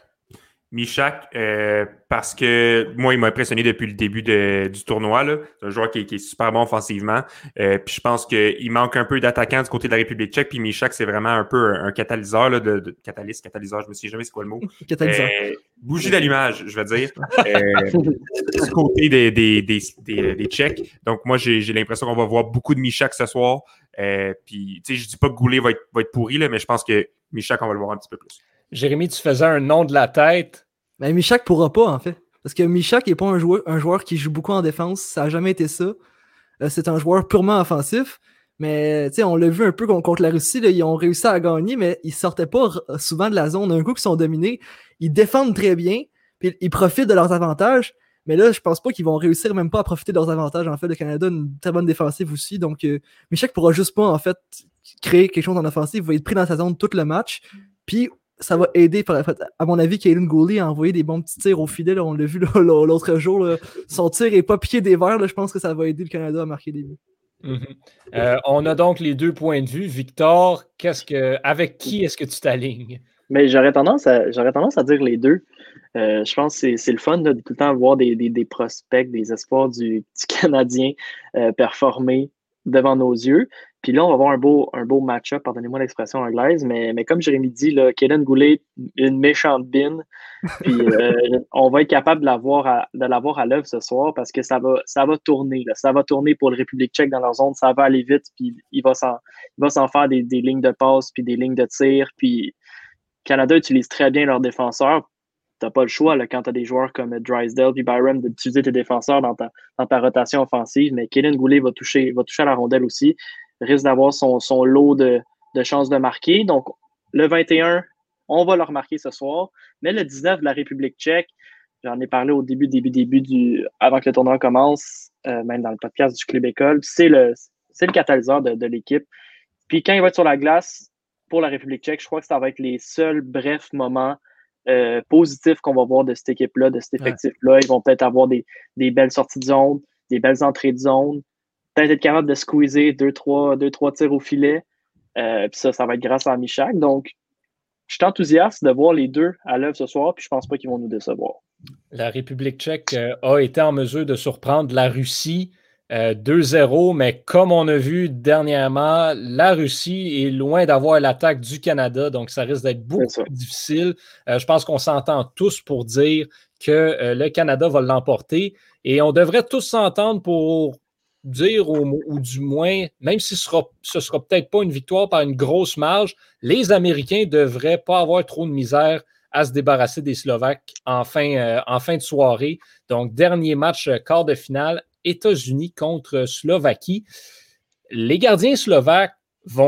Mysak, euh, parce que moi, il m'a impressionné depuis le début de, du tournoi. Là. C'est un joueur qui, qui est super bon offensivement. Euh, puis je pense qu'il manque un peu d'attaquants du côté de la République tchèque. Puis Mysak, c'est vraiment un peu un, un catalyseur, là, de, de catalyste, catalyseur, je me souviens jamais c'est quoi le mot. Catalyseur. Euh, bougie d'allumage, je veux dire. Euh, du côté des, des, des, des, des Tchèques. Donc moi, j'ai, j'ai l'impression qu'on va voir beaucoup de Mysak ce soir. Euh, puis, tu sais, je dis pas que Goulet va être, va être pourri, là, mais je pense que Mysak, on va le voir un petit peu plus. Jérémy, tu faisais un nom de la tête. Mais Mysak pourra pas, en fait. Parce que Mysak n'est pas un joueur, un joueur qui joue beaucoup en défense. Ça n'a jamais été ça. Euh, c'est un joueur purement offensif. Mais on l'a vu un peu contre la Russie. Là, ils ont réussi à gagner, mais ils ne sortaient pas souvent de la zone. Un coup qu'ils sont dominés, ils défendent très bien. Puis ils profitent de leurs avantages. Mais là, je pense pas qu'ils vont réussir même pas à profiter de leurs avantages. En fait, le Canada a une très bonne défensive aussi. Donc, euh, Mysak pourra juste pas, en fait, créer quelque chose en offensive. Il va être pris dans sa zone tout le match. Puis, ça va aider, à mon avis, Caden Goulet à envoyer des bons petits tirs au filet. Là, on l'a vu là, l'autre jour. Là. Son tir n'est pas piqué des verres. Là, je pense que ça va aider le Canada à marquer des buts. Mm-hmm. Euh, on a donc les deux points de vue. Victor, qu'est-ce que, avec qui est-ce que tu t'alignes? Mais j'aurais tendance à, j'aurais tendance à dire les deux. Euh, je pense que c'est, c'est le fun là, de tout le temps voir des, des, des prospects, des espoirs du, du Canadien euh, performer devant nos yeux. Puis là, on va avoir un beau, un beau match-up, pardonnez-moi l'expression anglaise, mais, mais comme Jérémy dit, là, Caden Goulet, une méchante bine. Puis euh, on va être capable de l'avoir à, de l'avoir à l'œuvre ce soir parce que ça va, ça va tourner. Là. Ça va tourner pour le République tchèque dans leur zone. Ça va aller vite. Puis il va s'en, il va s'en faire des, des lignes de passe, puis des lignes de tir. Puis Canada utilise très bien leurs défenseurs. T'as pas le choix là, quand tu as des joueurs comme Drysdale et Byram d'utiliser tes défenseurs dans ta, dans ta rotation offensive. Mais Caden Goulet va toucher, va toucher à la rondelle aussi. Risque d'avoir son, son lot de, de chances de marquer. Donc, le vingt et un, on va le remarquer ce soir. Mais le dix-neuf de la République tchèque, j'en ai parlé au début, début, début, du, avant que le tournoi commence, euh, même dans le podcast du Club École, c'est le, c'est le catalyseur de, de l'équipe. Puis quand il va être sur la glace pour la République tchèque, je crois que ça va être les seuls brefs moments euh, positifs qu'on va voir de cette équipe-là, de cet effectif-là. Ouais. Ils vont peut-être avoir des, des belles sorties de zone, des belles entrées de zone. Peut-être être capable de squeezer deux, trois, deux, trois tirs au filet. Euh, puis ça, ça va être grâce à Mysak. Donc, je suis enthousiaste de voir les deux à l'œuvre ce soir, puis je pense pas qu'ils vont nous décevoir. La République tchèque euh, a été en mesure de surprendre la Russie euh, deux zéro, mais comme on a vu dernièrement, la Russie est loin d'avoir l'attaque du Canada, donc ça risque d'être beaucoup plus difficile. Euh, je pense qu'on s'entend tous pour dire que euh, le Canada va l'emporter, et on devrait tous s'entendre pour dire, ou, ou du moins, même si ce ne sera, sera peut-être pas une victoire par une grosse marge, les Américains ne devraient pas avoir trop de misère à se débarrasser des Slovaques en fin, euh, en fin de soirée. Donc, dernier match, quart de finale, États-Unis contre Slovaquie. Les gardiens slovaques vont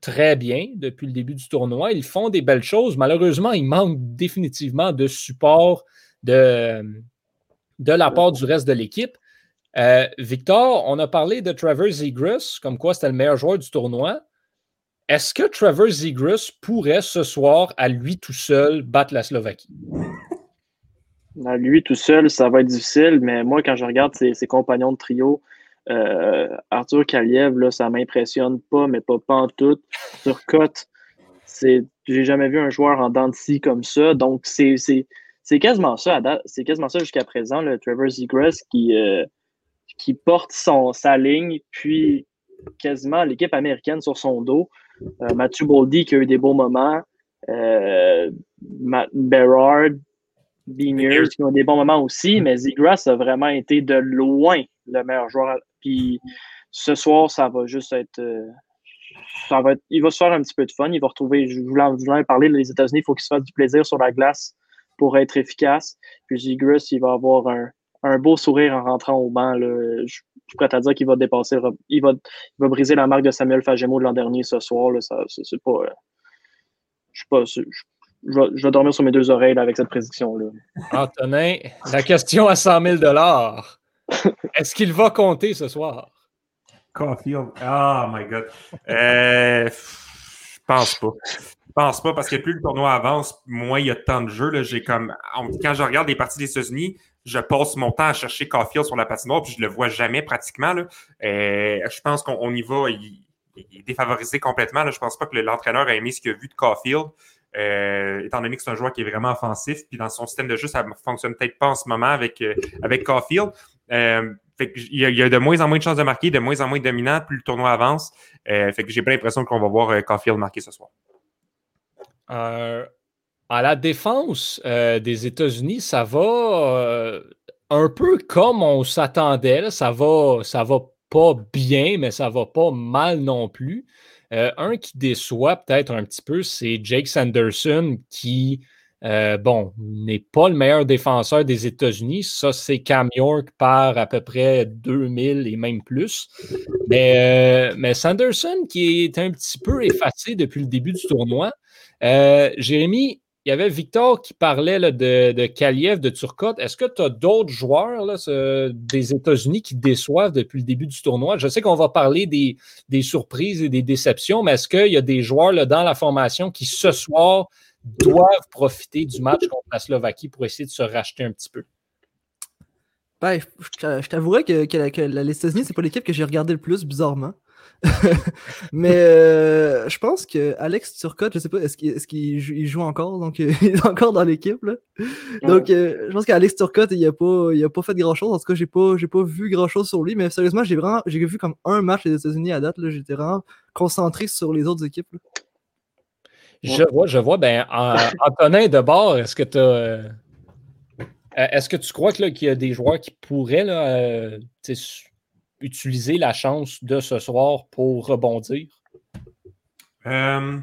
très bien depuis le début du tournoi. Ils font des belles choses. Malheureusement, il manque définitivement de support de, de la part du reste de l'équipe. Euh, Victor, on a parlé de Trevor Zegras, comme quoi c'était le meilleur joueur du tournoi. Est-ce que Trevor Zegras pourrait ce soir, à lui tout seul, battre la Slovaquie? À lui tout seul, ça va être difficile, mais moi, quand je regarde ses, ses compagnons de trio, euh, Arthur Kaliev, là, ça m'impressionne pas, mais pas, pas en tout. Turcotte, c'est, j'ai jamais vu un joueur en dents de scie comme ça, donc c'est, c'est, c'est quasiment ça, c'est quasiment ça jusqu'à présent, le Trevor Zegras qui, euh, qui porte son, sa ligne, puis quasiment l'équipe américaine sur son dos. Euh, Matthew Boldy qui a eu des beaux moments, euh, Matt Berard, Beniers qui ont des bons moments aussi, mais Zegras a vraiment été de loin le meilleur joueur. Puis ce soir, ça va juste être, euh, ça va être. Il va se faire un petit peu de fun. Il va retrouver. Je voulais en, je voulais en parler. Les États-Unis, il faut qu'ils se fassent du plaisir sur la glace pour être efficace. Puis Zegras, il va avoir un, un beau sourire en rentrant au banc. Là. Je, je suis prêt à dire qu'il va dépasser. Il va, il va briser la marque de Samuel Fagemo de l'an dernier ce soir. Là. Ça, c'est, c'est pas. Euh, je sais pas. C'est, je, Je vais, je vais dormir sur mes deux oreilles là, avec cette prédiction-là. Antonin, la question à cent mille dollars. Est-ce qu'il va compter ce soir? Caulfield. Oh my God. Euh, je pense pas. Je pense pas parce que plus le tournoi avance, moins il y a de temps de jeu. Là, j'ai comme, quand je regarde les parties des États-Unis, je passe mon temps à chercher Caulfield sur la patinoire puis je le vois jamais pratiquement. Là. Euh, je pense qu'on on y va. Il, il est défavorisé complètement. Là. Je pense pas que l'entraîneur a aimé ce qu'il a vu de Caulfield. Euh, étant donné que c'est un joueur qui est vraiment offensif, puis dans son système de jeu, ça ne fonctionne peut-être pas en ce moment avec, euh, avec Caulfield. Euh, fait que il, y a, il y a de moins en moins de chances de marquer, de moins en moins de dominant, plus le tournoi avance. Euh, fait que j'ai pas l'impression qu'on va voir euh, Caulfield marquer ce soir. Euh, à la défense euh, des États-Unis, ça va euh, un peu comme on s'attendait. Là. Ça va, ça va pas bien, mais ça va pas mal non plus. Euh, un qui déçoit peut-être un petit peu, c'est Jake Sanderson qui, euh, bon, n'est pas le meilleur défenseur des États-Unis. Ça, c'est Cam York par à peu près deux mille et même plus. Mais, euh, mais Sanderson qui est un petit peu effacé depuis le début du tournoi. Euh, Jérémy, il y avait Victor qui parlait là, de, de Kaliev, de Turcotte. Est-ce que tu as d'autres joueurs là, ce, des États-Unis qui déçoivent depuis le début du tournoi? Je sais qu'on va parler des, des surprises et des déceptions, mais est-ce qu'il y a des joueurs là, dans la formation qui, ce soir, doivent profiter du match contre la Slovaquie pour essayer de se racheter un petit peu? Ben, je, je t'avouerais que, que, que les États-Unis, c'est pas l'équipe que j'ai regardé le plus, bizarrement. Mais euh, je pense que Alex Turcotte, je sais pas, est-ce qu'il, est-ce qu'il joue, il joue encore, donc euh, il est encore dans l'équipe là. Donc euh, je pense qu'Alex Turcotte, il a pas, il a pas fait grand chose. En tout cas, j'ai pas, j'ai pas vu grand chose sur lui. Mais sérieusement, j'ai vraiment, j'ai vu comme un match des États-Unis à date là. J'étais vraiment concentré sur les autres équipes. Là. Je vois, je vois. Ben, Antonin de bord, est-ce que tu euh, est-ce que tu crois que, là, qu'il y a des joueurs qui pourraient là, euh, utiliser la chance de ce soir pour rebondir? Euh...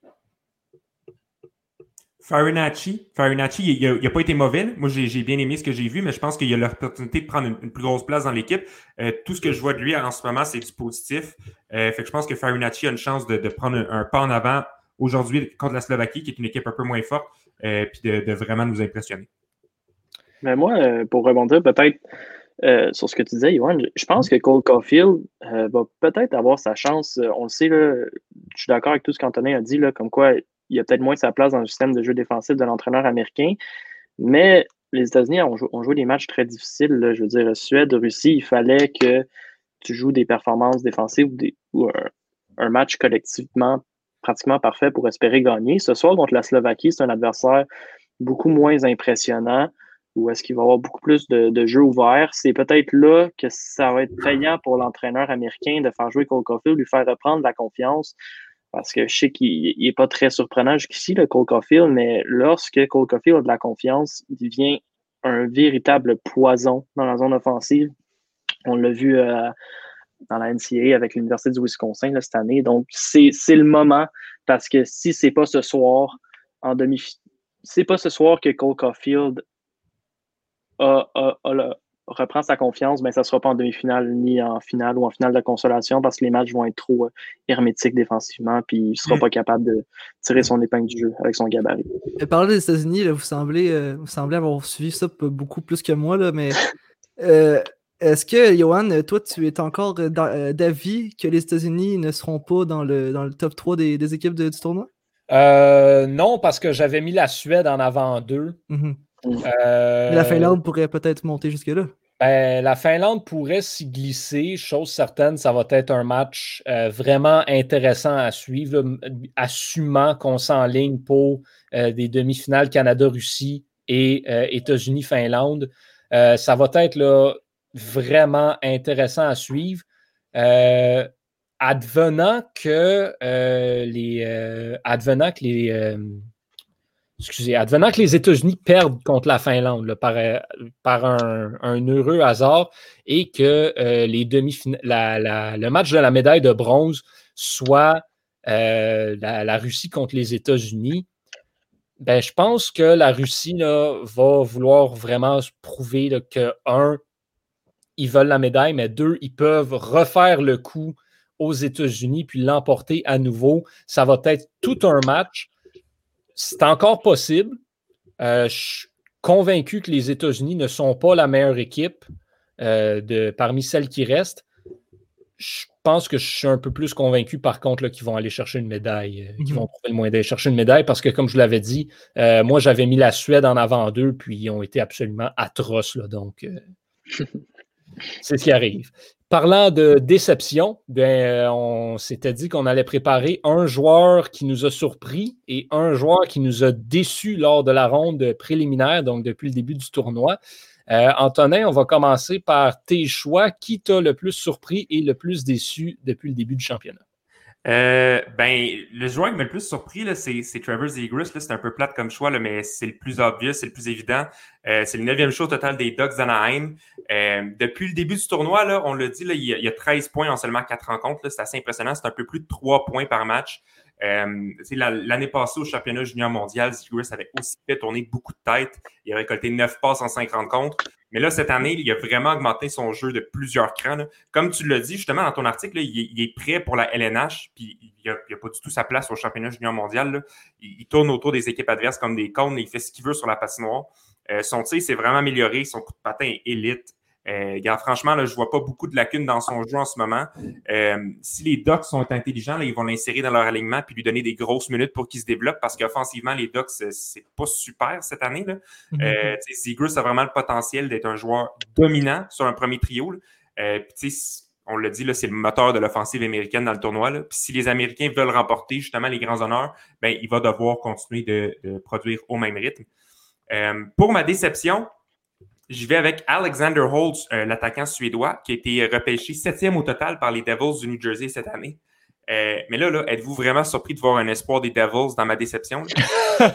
Farinacci. Farinacci, il n'a pas été mauvais. Moi, j'ai, j'ai bien aimé ce que j'ai vu, mais je pense qu'il a l'opportunité de prendre une, une plus grosse place dans l'équipe. Euh, tout ce que je vois de lui en ce moment, c'est du positif. Euh, fait que je pense que Farinacci a une chance de, de prendre un, un pas en avant aujourd'hui contre la Slovaquie, qui est une équipe un peu moins forte, euh, puis de, de vraiment nous impressionner. Mais moi, euh, pour rebondir peut-être euh, sur ce que tu disais, Yoann, je pense que Cole Caulfield euh, va peut-être avoir sa chance. On le sait, là, je suis d'accord avec tout ce qu'Antonin a dit, là, comme quoi il a peut-être moins sa place dans le système de jeu défensif de l'entraîneur américain. Mais les États-Unis ont, jou- ont joué des matchs très difficiles. Là. Je veux dire, Suède, Russie, il fallait que tu joues des performances défensives ou, des, ou un, un match collectivement pratiquement parfait pour espérer gagner. Ce soir, contre la Slovaquie, c'est un adversaire beaucoup moins impressionnant, ou est-ce qu'il va y avoir beaucoup plus de, de jeux ouverts? C'est peut-être là que ça va être payant pour l'entraîneur américain de faire jouer Cole Caulfield, lui faire reprendre la confiance, parce que je sais qu'il n'est pas très surprenant jusqu'ici, le Cole Caulfield, mais lorsque Cole Caulfield a de la confiance, il devient un véritable poison dans la zone offensive. On l'a vu euh, dans la N C A A avec l'Université du Wisconsin là, cette année. Donc, c'est, c'est le moment, parce que si c'est pas ce soir, en demi c'est pas ce soir que Cole Caulfield A, a, a, reprend sa confiance, ben, ça ne sera pas en demi-finale ni en finale ou en finale de consolation parce que les matchs vont être trop euh, hermétiques défensivement puis il ne sera mm. pas capable de tirer son épingle du jeu avec son gabarit. Parler des États-Unis, là, vous, semblez, euh, vous semblez avoir suivi ça beaucoup plus que moi, là, mais euh, est-ce que, Johan, toi, tu es encore d'avis que les États-Unis ne seront pas dans le, dans le top trois des, des équipes de, du tournoi? Euh, non, parce que j'avais mis la Suède en avant d'eux. Mm-hmm. Euh, Mais la Finlande pourrait peut-être monter jusque-là. Ben, la Finlande pourrait s'y glisser, chose certaine, ça va être un match euh, vraiment intéressant à suivre, là, assumant qu'on s'enligne pour euh, des demi-finales Canada-Russie et euh, États-Unis-Finlande. Euh, ça va être là, vraiment intéressant à suivre. Euh, advenant que euh, les euh, advenant que les euh, Excusez, advenant que les États-Unis perdent contre la Finlande là, par, par un, un heureux hasard et que euh, les demi-finales, la, la, le match de la médaille de bronze soit euh, la, la Russie contre les États-Unis, ben, je pense que la Russie là, va vouloir vraiment prouver là, que, un, ils veulent la médaille, mais deux, ils peuvent refaire le coup aux États-Unis puis l'emporter à nouveau. Ça va être tout un match. C'est encore possible. Euh, je suis convaincu que les États-Unis ne sont pas la meilleure équipe euh, de, parmi celles qui restent. Je pense que je suis un peu plus convaincu, par contre, là, qu'ils vont aller chercher une médaille, euh, mm-hmm. qu'ils vont trouver le moyen d'aller chercher une médaille, parce que, comme je vous l'avais dit, euh, moi, j'avais mis la Suède en avant d'eux, puis ils ont été absolument atroces. Là, donc, euh, c'est ce qui arrive. Parlant de déception, ben, on s'était dit qu'on allait préparer un joueur qui nous a surpris et un joueur qui nous a déçus lors de la ronde préliminaire, donc depuis le début du tournoi. Euh, Antonin, on va commencer par tes choix. Qui t'a le plus surpris et le plus déçu depuis le début du championnat? Euh, ben, le joueur qui m'a le plus surpris, là, c'est, c'est Trevor Zegras. Là, c'est un peu plate comme choix, là, mais c'est le plus obvious, c'est le plus évident. Euh, c'est le neuvième choix au total des Ducks d'Anaheim. Euh, depuis le début du tournoi, là, on l'a dit, là, il, y a, il y a treize points en seulement quatre rencontres. Là, c'est assez impressionnant. C'est un peu plus de trois points par match. Euh, la, l'année passée au championnat junior mondial, Zegras avait aussi fait tourner beaucoup de têtes. Il a récolté neuf passes en cinq rencontres. Mais là, cette année, il a vraiment augmenté son jeu de plusieurs crans. Là. Comme tu l'as dit justement dans ton article, là, il, est, il est prêt pour la L N H, puis il n'a pas du tout sa place au championnat junior mondial. Là. Il, il tourne autour des équipes adverses comme des cônes, il fait ce qu'il veut sur la patinoire. Euh, son tir s'est vraiment amélioré, son coup de patin est élite. Euh, regarde, franchement, là, je ne vois pas beaucoup de lacunes dans son jeu en ce moment. Euh, si les Ducks sont intelligents, là, ils vont l'insérer dans leur alignement puis lui donner des grosses minutes pour qu'il se développe parce qu'offensivement, les Ducks, c'est, c'est pas super cette année. Là. Mm-hmm. Euh, Zegras a vraiment le potentiel d'être un joueur dominant sur un premier trio. Là. Euh, puis, on l'a dit, là, c'est le moteur de l'offensive américaine dans le tournoi. Là. Puis si les Américains veulent remporter justement les grands honneurs, ben, il va devoir continuer de, de produire au même rythme. Euh, pour ma déception, j'y vais avec Alexander Holtz, euh, l'attaquant suédois, qui a été repêché septième au total par les Devils du New Jersey cette année. Euh, mais là, là, êtes-vous vraiment surpris de voir un espoir des Devils dans ma déception? Parce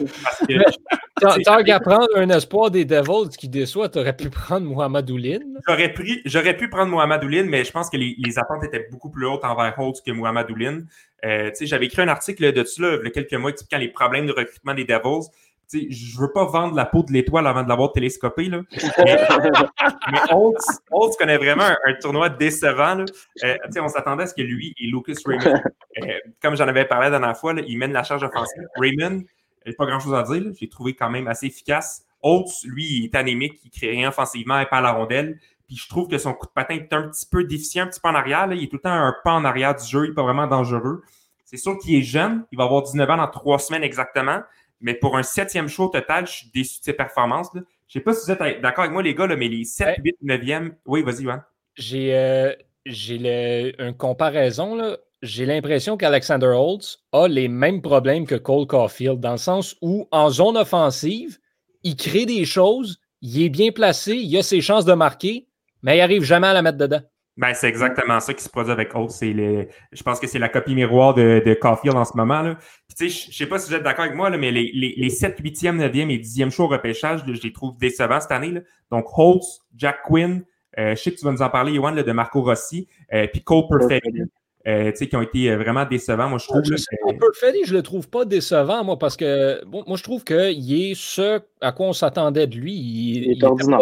que, tant qu'à prendre un espoir des Devils qui déçoit, tu aurais pu prendre Mohamed Oulin. J'aurais, pris, j'aurais pu prendre Mohamed Oulin, mais je pense que les, les attentes étaient beaucoup plus hautes envers Holtz que Mohamed Oulin. Euh, j'avais écrit un article de dessus là, il y a quelques mois expliquant les problèmes de recrutement des Devils. T'sais, je veux pas vendre la peau de l'étoile avant de l'avoir télescopée. Là. Mais, mais Holtz, Holtz connaît vraiment un, un tournoi décevant. Là. Euh, on s'attendait à ce que lui et Lucas Raymond, euh, comme j'en avais parlé la dernière fois, là, ils mènent la charge offensive. Raymond, il n'y a pas grand-chose à dire. Là. J'ai trouvé quand même assez efficace. Holtz, lui, il est anémique, il ne crée rien offensivement, il perd la rondelle. Puis je trouve que son coup de patin est un petit peu déficient, un petit peu en arrière. Là. Il est tout le temps un pas en arrière du jeu, il n'est pas vraiment dangereux. C'est sûr qu'il est jeune, il va avoir dix-neuf ans dans trois semaines exactement. Mais pour un septième show total, je suis déçu de ses performances. Là. Je ne sais pas si vous êtes d'accord avec moi, les gars, là, mais les sept, huit, neuvième... Oui, vas-y, Yohan. J'ai, euh, j'ai le, une comparaison. Là. J'ai l'impression qu'Alexander Holtz a les mêmes problèmes que Cole Caulfield, dans le sens où, en zone offensive, il crée des choses, il est bien placé, il a ses chances de marquer, mais il n'arrive jamais à la mettre dedans. Ben, c'est exactement ça qui se produit avec Holtz. C'est les... Je pense que c'est la copie miroir de, de Caulfield en ce moment. Là. Puis, je ne sais pas si vous êtes d'accord avec moi, là, mais les, les, les sept, huitième, neuvième et dixième shows au repêchage, là, je les trouve décevants cette année. Là. Donc, Holtz, Jack Quinn, euh, je sais que tu vas nous en parler, Yohan, là, de Marco Rossi, euh, puis Cole Perfetti, euh, qui ont été vraiment décevants. Moi, je trouve. Je sais, Cole Perfetti, je le trouve pas décevant, moi, parce que bon, moi, je trouve qu'il est ce à quoi on s'attendait de lui. Il, il est ordinaire.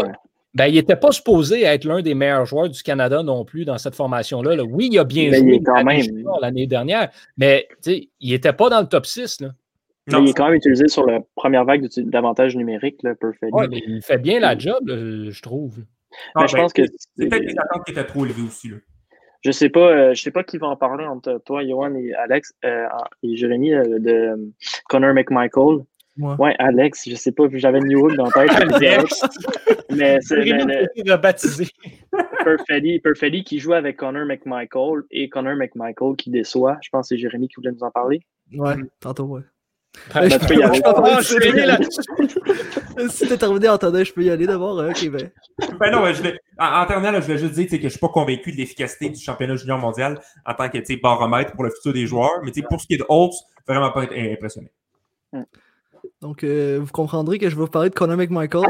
Ben, il n'était pas supposé être l'un des meilleurs joueurs du Canada non plus dans cette formation-là. Là. Oui, il a bien Mais joué il est quand même... l'année dernière, mais il n'était pas dans le top six. Là. Mais non, il est quand même utilisé sur la première vague d'avantages numériques, là, Perfetti. Oui, mais il fait bien la job, là, je trouve. Mais ah, je ben, pense que... C'est peut-être les attentes qui étaient trop élevées aussi. Là. Je sais pas, euh, je sais pas qui va en parler entre toi, Johan et Alex euh, et Jérémy euh, de euh, Connor McMichael. Ouais. ouais, Alex, je sais pas, j'avais New Hook dans la tête. Alex. Mais c'est le baptisé. Perfetti, Perfetti qui joue avec Connor McMichael et Connor McMichael qui déçoit. Je pense que c'est Jérémy qui voulait nous en parler. Ouais, tantôt, ouais. Ben, je peux y aller. Oh, je si t'es terminé en attendant, je peux y aller d'abord. Ok, ben. Ben non, je vais, en, en terminant, là, je vais juste dire que je suis pas convaincu de l'efficacité du championnat junior mondial en tant que baromètre pour le futur des joueurs. Mais pour ce qui est de Holtz, vraiment pas être impressionné. Donc, euh, vous comprendrez que je vais vous parler de Connor McMichael.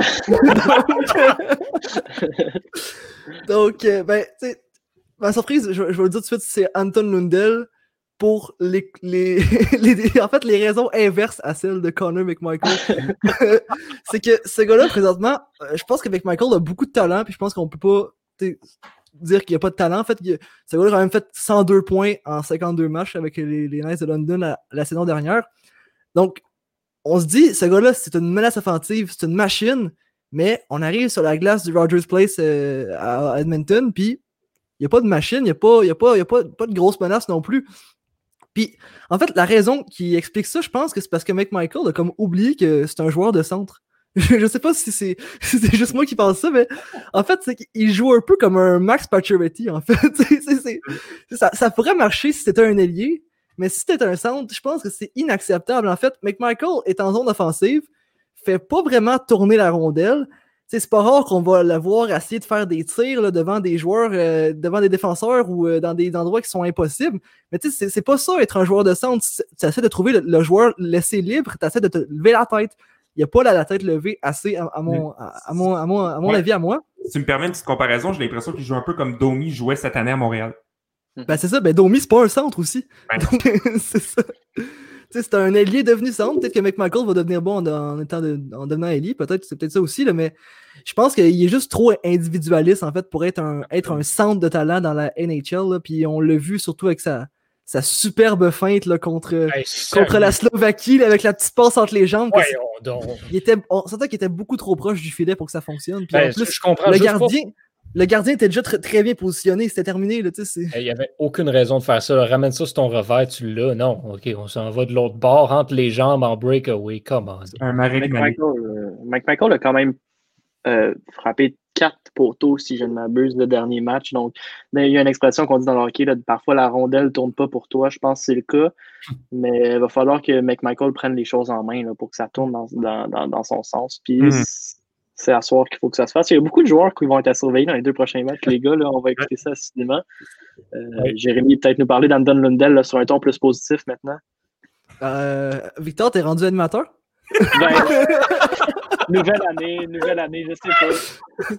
Donc, euh, ben, tu sais, ma surprise, je, je vais le dire tout de suite, c'est Anton Lundell pour les, les, les, en fait, les raisons inverses à celles de Connor McMichael. C'est que ce gars-là, présentement, je pense que McMichael a beaucoup de talent, puis je pense qu'on peut pas dire qu'il n'y a pas de talent. En fait, il, ce gars-là a quand même fait cent deux points en cinquante-deux matchs avec les, les Knights de London la, la saison dernière. Donc, on se dit, ce gars-là, c'est une menace offensive, c'est une machine, mais on arrive sur la glace du Rogers Place euh, à Edmonton, puis il n'y a pas de machine, il n'y a, pas, y a, pas, y a pas, pas de grosse menace non plus. Puis, en fait, la raison qui explique ça, je pense que c'est parce que McMichael a comme oublié que c'est un joueur de centre. Je sais pas si c'est, si c'est juste moi qui pense ça, mais en fait, c'est qu'il joue un peu comme un Max Pacioretty, en fait. c'est, c'est, c'est, ça, ça pourrait marcher si c'était un ailier, mais si c'était un centre, je pense que c'est inacceptable. En fait, McMichael est en zone offensive, fait pas vraiment tourner la rondelle. T'sais, c'est pas rare qu'on va le voir essayer de faire des tirs là, devant des joueurs, euh, devant des défenseurs ou euh, dans des endroits qui sont impossibles. Mais tu sais, c'est, c'est pas ça être un joueur de centre. Tu essaies de trouver le, le joueur laissé libre, tu essaies de te lever la tête. Il n'y a pas la, la tête levée assez, à, à, mon, à, à, mon, à, mon, à mon ouais. avis, à moi. Si tu me permets une petite comparaison, j'ai l'impression qu'il joue un peu comme Domi jouait cette année à Montréal. Ben c'est ça, ben Domi, c'est pas un centre aussi. Ouais. Donc, c'est ça. T'sais, c'est un ailier devenu centre. Peut-être que McMichael va devenir bon en, en, étant de, en devenant ailier. Peut-être, c'est peut-être ça aussi. Là, mais je pense qu'il est juste trop individualiste en fait pour être un, être un centre de talent dans la N H L. Là, puis on l'a vu surtout avec sa, sa superbe feinte là, contre, hey, contre la Slovaquie là, avec la petite passe entre les jambes. Ouais, on, on... Il était, on sentait qu'il était beaucoup trop proche du filet pour que ça fonctionne. Puis ben, en plus, je comprends le gardien. Pas. Le gardien était déjà très, très bien positionné, c'était terminé. Là, c'est... Il n'y avait aucune raison de faire ça. Ramène ça sur ton revers, tu l'as. Non, OK, on s'en va de l'autre bord, entre les jambes en breakaway. Come on. Un McMichael, euh, McMichael a quand même euh, frappé quatre poteaux, si je ne m'abuse, le dernier match. Donc, il y a une expression qu'on dit dans le hockey, là, parfois la rondelle ne tourne pas pour toi. Je pense que c'est le cas. Mais il va falloir que McMichael prenne les choses en main là, pour que ça tourne dans, dans, dans, dans son sens. Puis, mm-hmm. c'est à soir qu'il faut que ça se fasse. Il y a beaucoup de joueurs qui vont être à surveiller dans les deux prochains matchs. Les gars, là, on va écouter ça assidûment. Euh, oui. Jérémy, peut-être nous parler d'Anton Lundell là, sur un ton plus positif maintenant. Euh, Victor, t'es rendu animateur? Ben, nouvelle année, nouvelle année, je sais pas.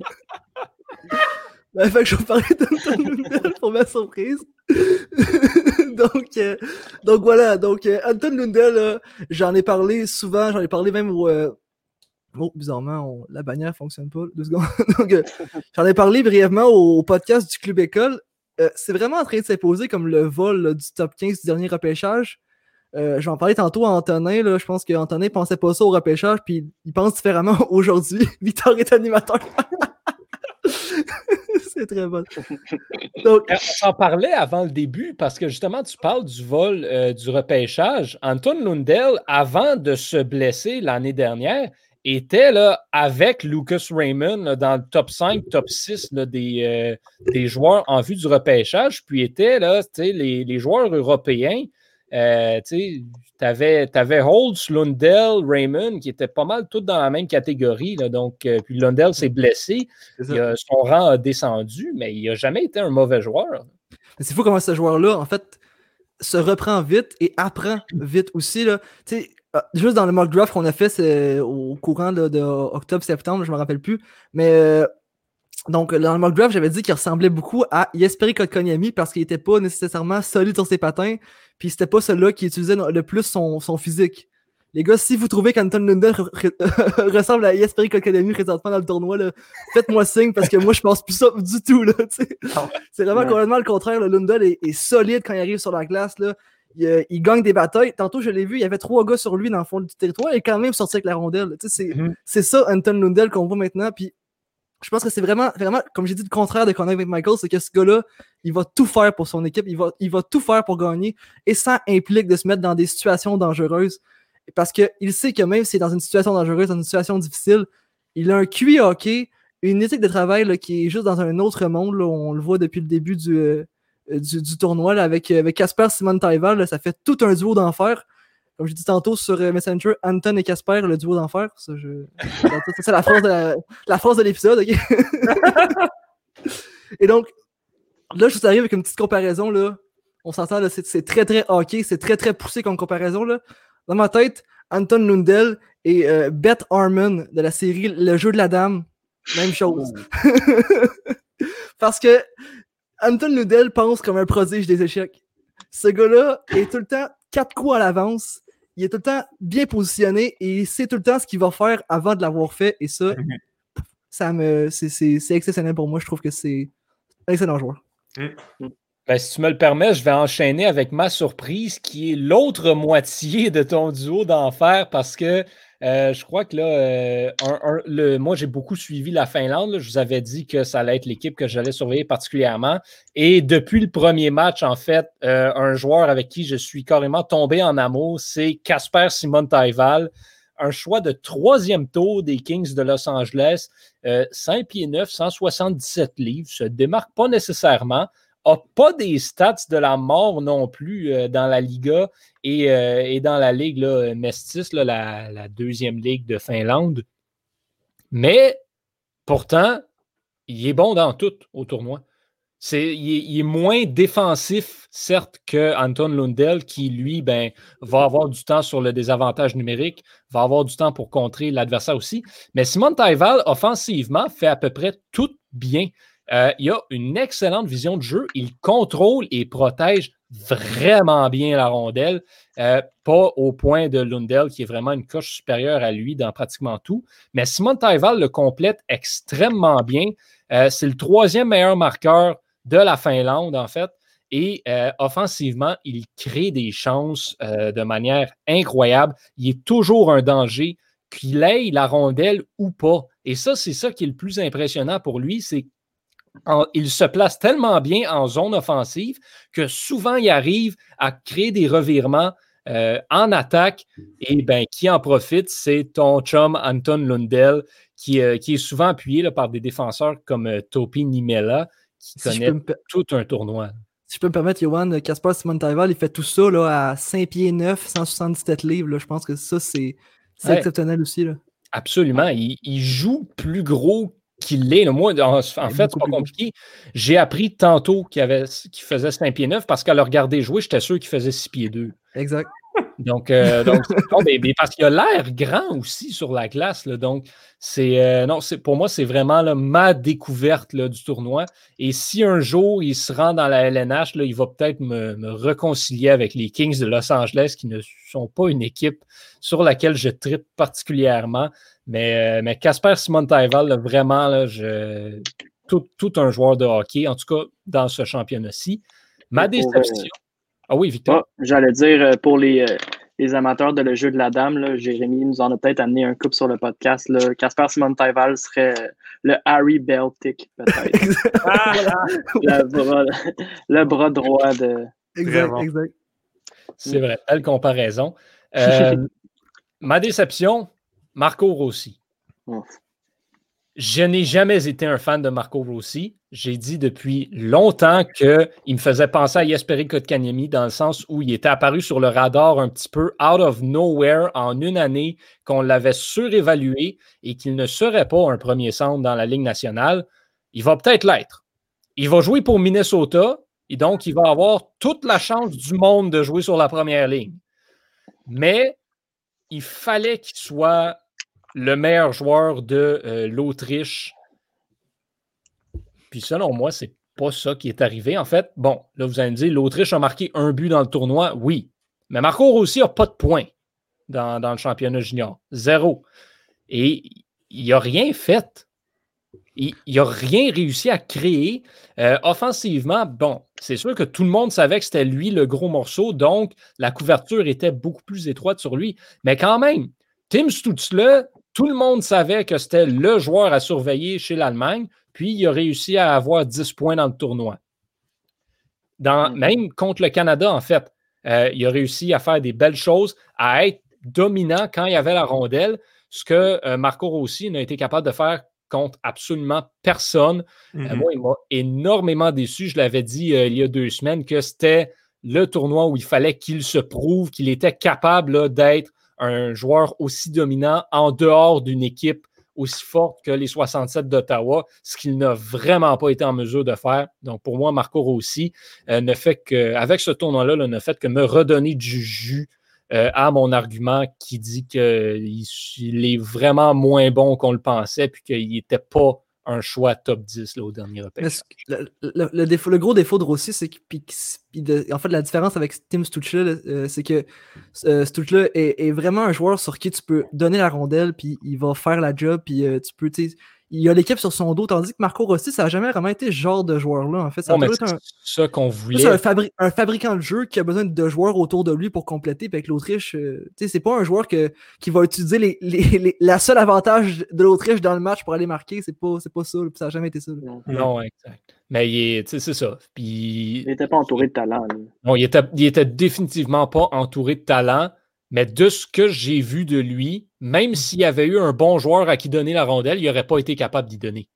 Ben, fait que je vais parler d'Anton Lundell pour ma surprise. donc, euh, donc voilà, donc euh, Anton Lundell, euh, j'en ai parlé souvent, j'en ai parlé même au... Euh, Oh, bizarrement, on... la bannière ne fonctionne pas. Deux secondes. Donc, euh, j'en ai parlé brièvement au, au podcast du Club École. Euh, c'est vraiment en train de s'imposer comme le vol là, du top quinze du dernier repêchage. Euh, je vais en parler tantôt à Antonin. Là. Je pense qu'Antonin ne pensait pas ça au repêchage, puis il pense différemment aujourd'hui. Victor est animateur. C'est très bon. Donc, on s'en parlait avant le début parce que justement, tu parles du vol euh, du repêchage. Anton Lundell, avant de se blesser l'année dernière, était là, avec Lucas Raymond là, dans le top cinq, top six là, des, euh, des joueurs en vue du repêchage, puis était là, les, les joueurs européens. Euh, tu avais, avais Holtz, Lundell, Raymond, qui étaient pas mal tous dans la même catégorie. Là, donc, euh, puis Lundell s'est blessé. Il a, son rang a descendu, mais il n'a jamais été un mauvais joueur. C'est fou comment ce joueur-là, en fait, se reprend vite et apprend vite aussi. Là. Euh, juste dans le mock draft qu'on a fait c'est au courant là, de octobre-septembre, je ne me rappelle plus. Mais euh, donc, dans le mock draft, j'avais dit qu'il ressemblait beaucoup à Jesperi Kotkaniemi parce qu'il n'était pas nécessairement solide sur ses patins. Puis c'était pas celui-là qui utilisait le plus son, son physique. Les gars, si vous trouvez qu'Anton Lundell re- re- ressemble à Jesperi Kotkaniemi présentement dans le tournoi, là, faites-moi signe parce que moi, je pense plus ça du tout. Là, c'est vraiment Ouais. complètement le contraire. Là. Lundell est, est solide quand il arrive sur la glace. Là. Il, euh, il gagne des batailles. Tantôt, je l'ai vu, il y avait trois gars sur lui dans le fond du territoire et quand même sorti avec la rondelle. Là. C'est, Mm-hmm. c'est ça, Anton Lundell, qu'on voit maintenant. Puis, je pense que c'est vraiment, vraiment, comme j'ai dit, le contraire de Connor McMichael, c'est que ce gars-là, il va tout faire pour son équipe, il va, il va tout faire pour gagner, et ça implique de se mettre dans des situations dangereuses, parce qu'il sait que même si c'est dans une situation dangereuse, dans une situation difficile, il a un Q I hockey, une éthique de travail là, qui est juste dans un autre monde, là, on le voit depuis le début du, euh, du, du tournoi, là, avec Casper Simon Taival, ça fait tout un duo d'enfer. Comme je dis tantôt sur euh, Messenger, Anton et Casper, le duo d'enfer. Ça, je... C'est la phrase de, la... la phrase de l'épisode, ok? Et donc, là, je vous arrive avec une petite comparaison, là. On s'entend, là, c'est, c'est très, très hockey, c'est très, très poussé comme comparaison, là. Dans ma tête, Anton Lundell et euh, Beth Harmon de la série Le jeu de la dame, même chose. Parce que Anton Lundell pense comme un prodige des échecs. Ce gars-là est tout le temps quatre coups à l'avance. Il est tout le temps bien positionné et il sait tout le temps ce qu'il va faire avant de l'avoir fait. Et ça, mm-hmm. ça me, c'est, c'est, c'est exceptionnel pour moi. Je trouve que c'est un excellent joueur. Mm. Ben, si tu me le permets, je vais enchaîner avec ma surprise qui est l'autre moitié de ton duo d'enfer parce que euh, je crois que là, euh, un, un, le, moi, j'ai beaucoup suivi la Finlande. Là. Je vous avais dit que ça allait être l'équipe que j'allais surveiller particulièrement. Et depuis le premier match, en fait, euh, un joueur avec qui je suis carrément tombé en amour, c'est Casper Simon Taival. Un choix de troisième tour des Kings de Los Angeles. Euh, cinq pieds neuf, cent soixante-dix-sept livres. Se démarque pas nécessairement. N'a pas des stats de la mort non plus euh, dans la Liga et, euh, et dans la Ligue là, Mestis, là, la, la deuxième ligue de Finlande. Mais pourtant, il est bon dans tout au tournoi. C'est, il, est, il est moins défensif, certes, que Anton Lundell, qui, lui, ben, va avoir du temps sur le désavantage numérique, va avoir du temps pour contrer l'adversaire aussi. Mais Simon Taival, offensivement, fait à peu près tout bien. Euh, il a une excellente vision de jeu. Il contrôle et protège vraiment bien la rondelle. Euh, pas au point de Lundell, qui est vraiment une coche supérieure à lui dans pratiquement tout. Mais Simon Taival le complète extrêmement bien. Euh, c'est le troisième meilleur marqueur de la Finlande, en fait. Et euh, offensivement, il crée des chances euh, de manière incroyable. Il est toujours un danger, qu'il aille la rondelle ou pas. Et ça, c'est ça qui est le plus impressionnant pour lui, c'est En, il se place tellement bien en zone offensive que souvent il arrive à créer des revirements euh, en attaque et ben, qui en profite, c'est ton chum Anton Lundell qui, euh, qui est souvent appuyé là, par des défenseurs comme euh, Topi Niemela qui si connaît per... tout un tournoi. Si je peux me permettre, Yoann, Casper Simon Taival, il fait tout ça là, à cinq pieds neuf, cent soixante-dix-sept livres. Là. Je pense que ça, c'est, c'est ouais. exceptionnel aussi. Là. Absolument. Il, il joue plus gros qu'il l'est. Là. Moi, en, en fait, c'est pas compliqué. J'ai appris tantôt qu'il, avait, qu'il faisait cinq pieds neuf parce qu'à le regarder jouer, j'étais sûr qu'il faisait six pieds deux. Exact. Donc, euh, donc non, mais, mais parce qu'il a l'air grand aussi sur la glace. Là, donc, c'est, euh, non, c'est, pour moi, c'est vraiment là, ma découverte là, du tournoi. Et si un jour il se rend dans la L N H, là, il va peut-être me, me réconcilier avec les Kings de Los Angeles, qui ne sont pas une équipe sur laquelle je tripe particulièrement. Mais, euh, mais Casper Simon Taival, là, vraiment, là, je, tout, tout un joueur de hockey, en tout cas dans ce championnat-ci. Ma déception. Ah oui, Victor. Ah, j'allais dire, pour les, les amateurs de le jeu de la dame, là, Jérémy nous en a peut-être amené un couple sur le podcast. Casper Simon Taival serait le Harry Beltic, peut-être. ah, le, bras, le bras droit de. Exact, exact. C'est vrai, belle comparaison. Euh, ma déception, Marco Rossi. Oh. Je n'ai jamais été un fan de Marco Rossi. J'ai dit depuis longtemps qu'il me faisait penser à Jesperi Kotkaniemi dans le sens où il était apparu sur le radar un petit peu out of nowhere en une année, qu'on l'avait surévalué et qu'il ne serait pas un premier centre dans la Ligue nationale. Il va peut-être l'être. Il va jouer pour Minnesota et donc il va avoir toute la chance du monde de jouer sur la première ligne. Mais il fallait qu'il soit le meilleur joueur de euh, l'Autriche. Puis selon moi, c'est pas ça qui est arrivé. En fait, bon, là, vous allez me dire, l'Autriche a marqué un but dans le tournoi. Oui. Mais Marco Rossi n'a pas de points. dans, dans le championnat junior. Zéro. Et il n'a rien fait. Il n'a rien réussi à créer. Euh, offensivement, bon, c'est sûr que tout le monde savait que c'était lui le gros morceau, donc la couverture était beaucoup plus étroite sur lui. Mais quand même, Tim Stützle, tout le monde savait que c'était le joueur à surveiller chez l'Allemagne, puis il a réussi à avoir dix points dans le tournoi. Dans, mm-hmm. Même contre le Canada, en fait, euh, il a réussi à faire des belles choses, à être dominant quand il y avait la rondelle, ce que euh, Marco Rossi n'a été capable de faire contre absolument personne. Mm-hmm. Euh, moi, il m'a énormément déçu. Je l'avais dit euh, il y a deux semaines que c'était le tournoi où il fallait qu'il se prouve qu'il était capable là, d'être un joueur aussi dominant en dehors d'une équipe aussi forte que les soixante-sept d'Ottawa, ce qu'il n'a vraiment pas été en mesure de faire. Donc, pour moi, Marco Rossi euh, ne fait que, avec ce tournoi-là, là, ne fait que me redonner du jus euh, à mon argument qui dit qu'il il est vraiment moins bon qu'on le pensait puis qu'il n'était pas un choix top dix là, au dernier repêchage. Le, le, le, défaut, le gros défaut de Rossi, c'est que pis, pis de, en fait, la différence avec Tim Stützle, euh, c'est que euh, Stützle est, est vraiment un joueur sur qui tu peux donner la rondelle, puis il va faire la job, puis euh, tu peux, il a l'équipe sur son dos, tandis que Marco Rossi, ça n'a jamais vraiment été ce genre de joueur-là, en fait. Ça non, a mais c'est un, ça qu'on voulait. Un, fabri- un fabricant de jeu qui a besoin de joueurs autour de lui pour compléter, puis avec l'Autriche, euh, c'est pas un joueur que, qui va utiliser les, les, les, la seule avantage de l'Autriche dans le match pour aller marquer, c'est pas, c'est pas ça, là, ça n'a jamais été ça. Non, non, exact. Mais il est, c'est ça. Puis, il n'était pas entouré de talent. Lui. Non, il était, il était définitivement pas entouré de talent, mais de ce que j'ai vu de lui, même s'il y avait eu un bon joueur à qui donner la rondelle, il n'aurait pas été capable d'y donner.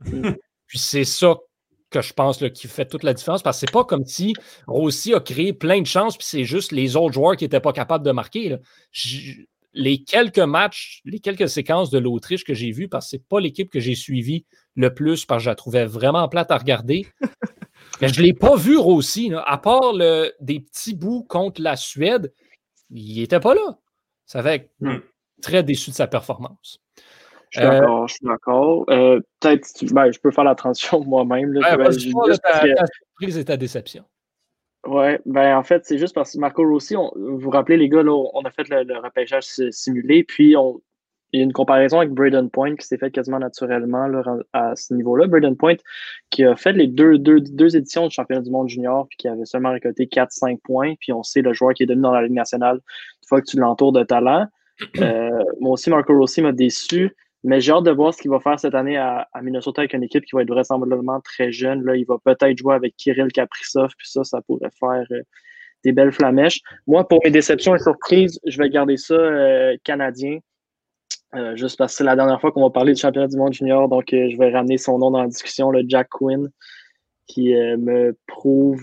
Puis c'est ça que je pense là, qui fait toute la différence, parce que c'est pas comme si Rossi a créé plein de chances, puis c'est juste les autres joueurs qui n'étaient pas capables de marquer. Là. Je, les quelques matchs, les quelques séquences de l'Autriche que j'ai vues, parce que c'est pas l'équipe que j'ai suivie le plus, parce que je la trouvais vraiment plate à regarder. Mais je ne l'ai pas vu Rossi, là. À part le, des petits bouts contre la Suède, il n'était pas là. Ça va être hmm. très déçu de sa performance. Je suis euh, d'accord, je suis d'accord. Euh, peut-être, ben, je peux faire la transition moi-même. Là, ouais, vas-y, toi, ta, que... ta surprise et ta déception. Oui, ben en fait, c'est juste parce que Marco Rossi, on, vous vous rappelez, les gars, là, on a fait le, le repêchage simulé, puis on, il y a une comparaison avec Braden Point qui s'est faite quasiment naturellement là, à ce niveau-là. Braden Point qui a fait les deux, deux, deux éditions du championnat du monde junior puis qui avait seulement récolté quatre à cinq points. Puis on sait le joueur qui est devenu dans la Ligue nationale une fois que tu l'entoures de talent. Euh, moi aussi, Marco Rossi m'a déçu, mais j'ai hâte de voir ce qu'il va faire cette année à, à Minnesota avec une équipe qui va être vraisemblablement très jeune. Là, il va peut-être jouer avec Kirill Kaprizov, puis ça, ça pourrait faire euh, des belles flamèches. Moi, pour mes déceptions et surprises, je vais garder ça euh, canadien. Euh, juste parce que c'est la dernière fois qu'on va parler du championnat du monde junior, donc euh, je vais ramener son nom dans la discussion, le Jack Quinn, qui euh, me prouve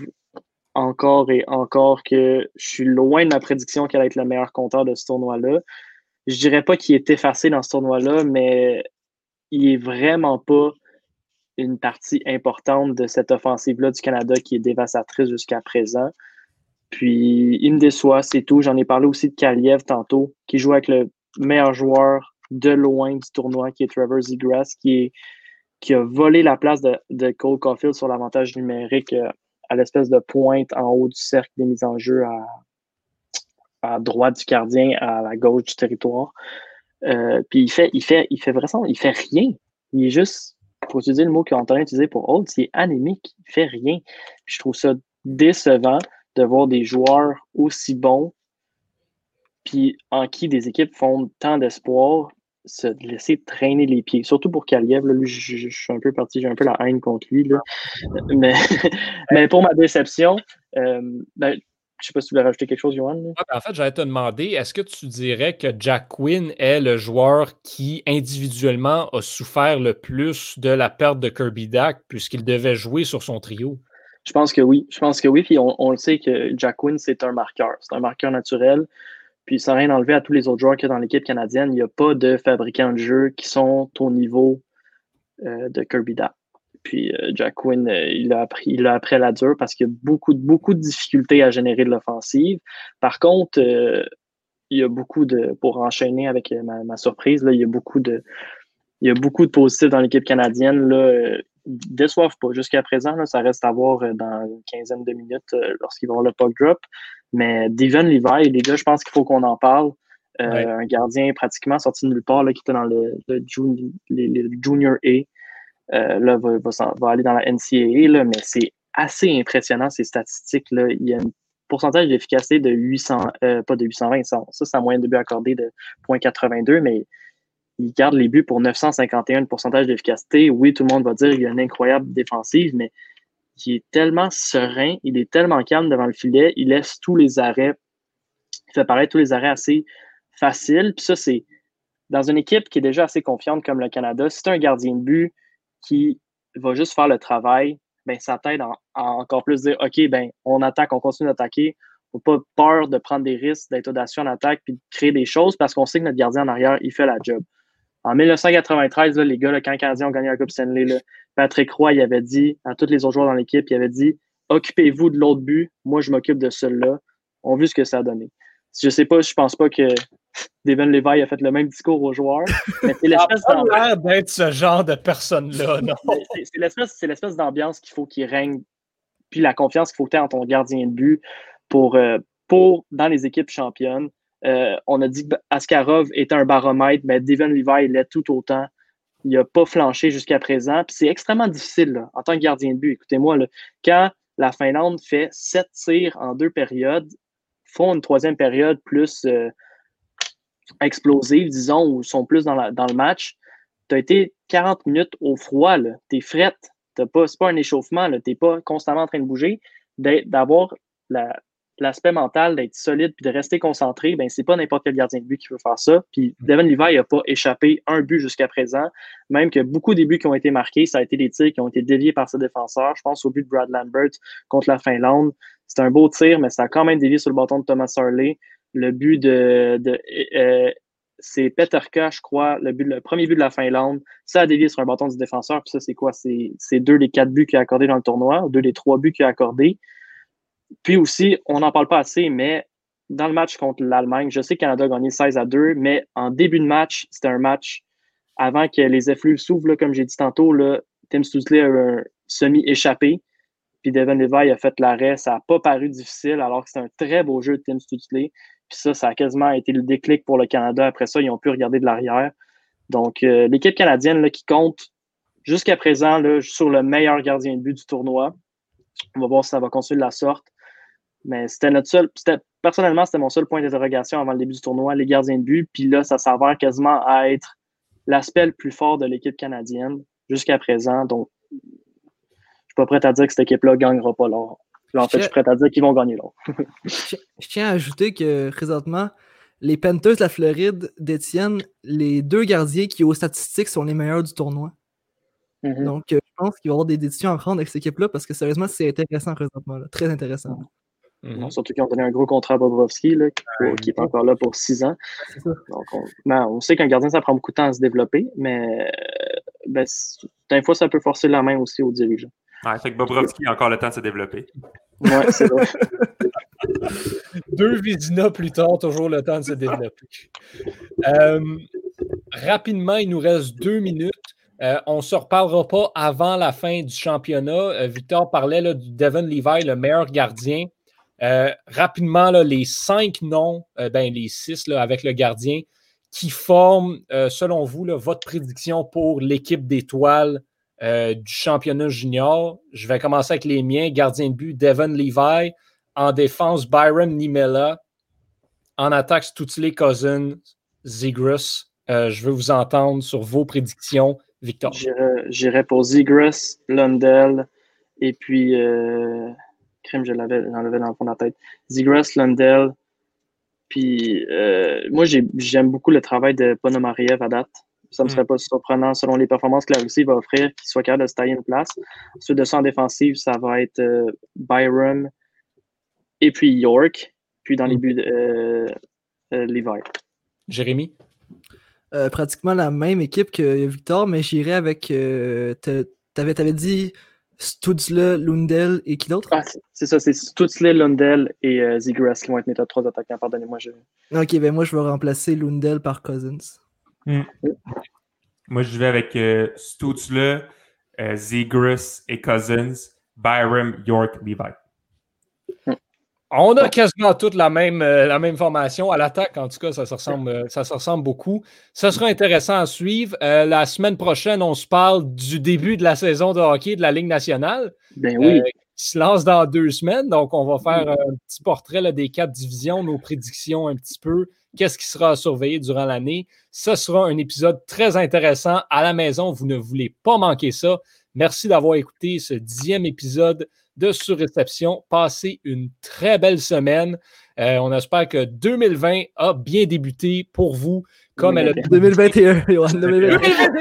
encore et encore que je suis loin de ma prédiction qu'elle va être le meilleur compteur de ce tournoi-là. Je dirais pas qu'il est effacé dans ce tournoi-là, mais il est vraiment pas une partie importante de cette offensive-là du Canada qui est dévastatrice jusqu'à présent. Puis il me déçoit, c'est tout. J'en ai parlé aussi de Kaliev tantôt, qui joue avec le meilleur joueur de loin du tournoi, qui est Trevor Zegras, qui, est, qui a volé la place de, de Cole Caulfield sur l'avantage numérique euh, à l'espèce de pointe en haut du cercle des mises en jeu à, à droite du gardien, à la gauche du territoire. Euh, puis il fait, il fait, il fait vraiment, il fait rien. Il est juste, pour utiliser le mot qu'Antonin utilisait pour Holt, il est anémique, il fait rien. Puis je trouve ça décevant de voir des joueurs aussi bons puis en qui des équipes font tant d'espoir, se laisser traîner les pieds. Surtout pour Kaliev, là, lui, je, je, je suis un peu parti, j'ai un peu la haine contre lui. Là. Mais, mais pour ma déception, euh, ben, je ne sais pas si tu voulais rajouter quelque chose, Johan. Ah, ben en fait, j'allais te demander, est-ce que tu dirais que Jack Quinn est le joueur qui, individuellement, a souffert le plus de la perte de Kirby Dach puisqu'il devait jouer sur son trio? Je pense que oui. Je pense que oui. Puis on, on le sait que Jack Quinn, c'est un marqueur. C'est un marqueur naturel. Puis sans rien enlever à tous les autres joueurs qu'il y a dans l'équipe canadienne, il n'y a pas de fabricants de jeu qui sont au niveau euh, de Kirby Dach. Puis euh, Jack Quinn, euh, il a appris, il a appris à la dure parce qu'il y a beaucoup, beaucoup de difficultés à générer de l'offensive. Par contre, euh, il y a beaucoup de, pour enchaîner avec ma, ma surprise, là, il y a beaucoup de, il y a beaucoup de positifs dans l'équipe canadienne. Là, euh, déçoivent pas. Jusqu'à présent, là, ça reste à voir euh, dans une quinzaine de minutes euh, lorsqu'ils vont avoir le puck drop. Mais Devon Levi, les gars, je pense qu'il faut qu'on en parle. Euh, Ouais. Un gardien pratiquement sorti de nulle part là, qui était dans le, le, jun- les- les Junior A. Euh, là, va, va, s'en- va aller dans la N C A A, là, mais c'est assez impressionnant ces statistiques. Là. Il y a un pourcentage d'efficacité de huit cents, euh, pas de huit cent vingt, ça, ça c'est la moyenne de buts accordés de zéro virgule quatre-vingt-deux, mais il garde les buts pour neuf cent cinquante et un pourcentage d'efficacité. Oui, tout le monde va dire qu'il y a une incroyable défensive, mais il est tellement serein, il est tellement calme devant le filet, il laisse tous les arrêts, il fait paraître tous les arrêts assez faciles. Puis ça, c'est dans une équipe qui est déjà assez confiante comme le Canada, si tu as un gardien de but qui va juste faire le travail, ben, ça t'aide à, à encore plus dire OK, ben, on attaque, on continue d'attaquer. Il ne faut pas peur de prendre des risques, d'être audacieux en attaque puis de créer des choses parce qu'on sait que notre gardien en arrière, il fait la job. En dix-neuf cent quatre-vingt-treize, là, les gars, là, quand les Canadiens ont gagné la Coupe Stanley, là, Patrick Roy il avait dit à tous les autres joueurs dans l'équipe, il avait dit occupez-vous de l'autre but, moi je m'occupe de celui-là. On a vu ce que ça a donné. Je sais pas, je pense pas que Devon Levi a fait le même discours aux joueurs. Mais c'est l'espèce Ça a pas l'air d'être ce genre de personne-là, non? C'est, c'est, l'espèce, c'est l'espèce d'ambiance qu'il faut qu'il règne, puis la confiance qu'il faut que tu aies en ton gardien de but pour, euh, pour dans les équipes championnes. Euh, on a dit que Askarov était un baromètre, mais Devon Levi l'est tout autant. Il n'a pas flanché jusqu'à présent. Puis c'est extrêmement difficile là, en tant que gardien de but. Écoutez-moi, là, quand la Finlande fait sept tirs en deux périodes, font une troisième période plus euh, explosive, disons, ou sont plus dans, la, dans le match, tu as été quarante minutes au froid, tu es frette, t'as pas, c'est pas un échauffement, tu n'es pas constamment en train de bouger, d'avoir la, l'aspect mental, d'être solide puis de rester concentré, ben c'est pas n'importe quel gardien de but qui veut faire ça. Puis Devon Levi n'a pas échappé un but jusqu'à présent, même que beaucoup des buts qui ont été marqués, ça a été des tirs qui ont été déviés par ses défenseurs. Je pense au but de Brad Lambert contre la Finlande. C'est un beau tir, mais ça a quand même dévié sur le bâton de Thomas Harley. Le but de... de euh, c'est Peterka, je crois, le, but, le premier but de la Finlande. Ça a dévié sur un bâton du défenseur. Puis ça, c'est quoi? C'est, c'est deux des quatre buts qu'il a accordés dans le tournoi, ou deux des trois buts qu'il a accordés. Puis aussi, on n'en parle pas assez, mais dans le match contre l'Allemagne, je sais que le Canada a gagné seize à deux, mais en début de match, c'était un match avant que les effluves s'ouvrent, là, comme j'ai dit tantôt, là, Tim Stützle a un semi-échappé, puis Devon Levi a fait l'arrêt. Ça n'a pas paru difficile, alors que c'est un très beau jeu de Tim Stützle. Puis ça, ça a quasiment été le déclic pour le Canada. Après ça, ils ont pu regarder de l'arrière. Donc, euh, l'équipe canadienne là, qui compte jusqu'à présent là, sur le meilleur gardien de but du tournoi. On va voir si ça va continuer de la sorte. Mais c'était notre seul. C'était, personnellement, c'était mon seul point d'interrogation avant le début du tournoi, les gardiens de but. Puis là, ça s'avère quasiment à être l'aspect le plus fort de l'équipe canadienne jusqu'à présent. Donc, je suis pas prêt à dire que cette équipe-là ne gagnera pas l'or. Là, en fait, je suis prêt à dire qu'ils vont gagner l'or. je, je tiens à ajouter que présentement, les Panthers de la Floride détiennent les deux gardiens qui, aux statistiques, sont les meilleurs du tournoi. Mm-hmm. Donc, euh, je pense qu'il va y avoir des décisions à prendre avec cette équipe-là parce que sérieusement, c'est intéressant présentement. Là. Très intéressant. Mm-hmm. Non, surtout qu'ils ont donné un gros contrat à Bobrovski, là, qui, ouais, qui est encore là pour six ans. C'est ça. Donc, on, ben, on sait qu'un gardien, ça prend beaucoup de temps à se développer, mais ben, des fois, ça peut forcer la main aussi aux dirigeants. Ouais, fait que Bobrovski a encore le temps de se développer. Ouais, c'est vrai. Deux Vézina plus tard, toujours le temps de se développer. Euh, rapidement, il nous reste deux minutes. Euh, on ne se reparlera pas avant la fin du championnat. Euh, Victor parlait là, du Devon Levi, le meilleur gardien. Euh, rapidement, là, les cinq noms, euh, ben, les six là, avec le gardien, qui forment, euh, selon vous, là, votre prédiction pour l'équipe d'étoiles euh, du championnat junior. Je vais commencer avec les miens. Gardien de but, Devon Levi. En défense, Byron Niemela. En attaque, Stützle, Cousins, Zegras. Euh, je veux vous entendre sur vos prédictions, Victor. J'irais, j'irais pour Zegras, Lundell, et puis... Euh... Crème, je l'avais, j'en avais dans le fond de la tête. Zegras, Lundell. Puis, euh, moi, j'ai, j'aime beaucoup le travail de Ponomariev à date. Ça ne me serait pas surprenant, selon les performances que la Russie va offrir, qu'il soit capable de se tailler une place. Ensuite de ça, en défensive, ça va être euh, Byram et puis York. Puis dans les buts, de, euh, euh, Levi. Jérémy? Euh, pratiquement la même équipe que Victor, mais j'irais avec... Euh, t'avais, t'avais dit... Stützle, Lundell et qui d'autre? Ah, c'est, c'est ça, c'est Stützle, Lundell et euh, Zegras qui vont être mes top trois attaquants. Pardonnez-moi. Je... Ok, ben moi je vais remplacer Lundell par Cousins. Mm. Mm. Moi je vais avec euh, Stützle, euh, Zegras et Cousins, Byram, York, Levi. Mm. On a quasiment toute la même, euh, la même formation. À l'attaque, en tout cas, ça se ressemble, euh, ça se ressemble beaucoup. Ça sera intéressant à suivre. Euh, la semaine prochaine, on se parle du début de la saison de hockey de la Ligue nationale. Ben oui. Euh, qui se lance dans deux semaines. Donc, on va faire un petit portrait là, des quatre divisions, nos prédictions un petit peu. Qu'est-ce qui sera à surveiller durant l'année? Ce sera un épisode très intéressant à la maison. Vous ne voulez pas manquer ça. Merci d'avoir écouté ce dixième épisode de Surréception. Passez une très belle semaine. Euh, on espère que deux mille vingt a bien débuté pour vous. Comme elle a deux mille vingt et un, Johan. deux mille vingt et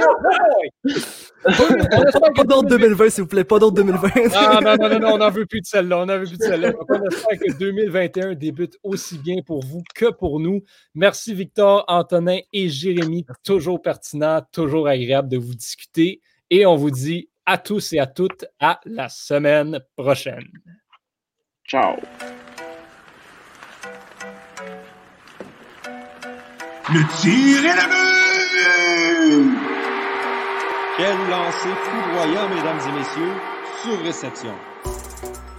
un. Pas d'autres deux mille vingt, s'il vous plaît. Pas d'autres deux mille vingt. Ah, non, non, non, non, on n'en veut plus de celle-là. On n'en veut plus de celle-là. Donc, on espère que deux mille vingt et un débute aussi bien pour vous que pour nous. Merci Victor, Antonin et Jérémy. Toujours pertinent, toujours agréable de vous discuter. Et on vous dit à tous et à toutes à la semaine prochaine. Ciao. Le tir est le but! Quel lancer foudroyant, mesdames et messieurs, sur réception.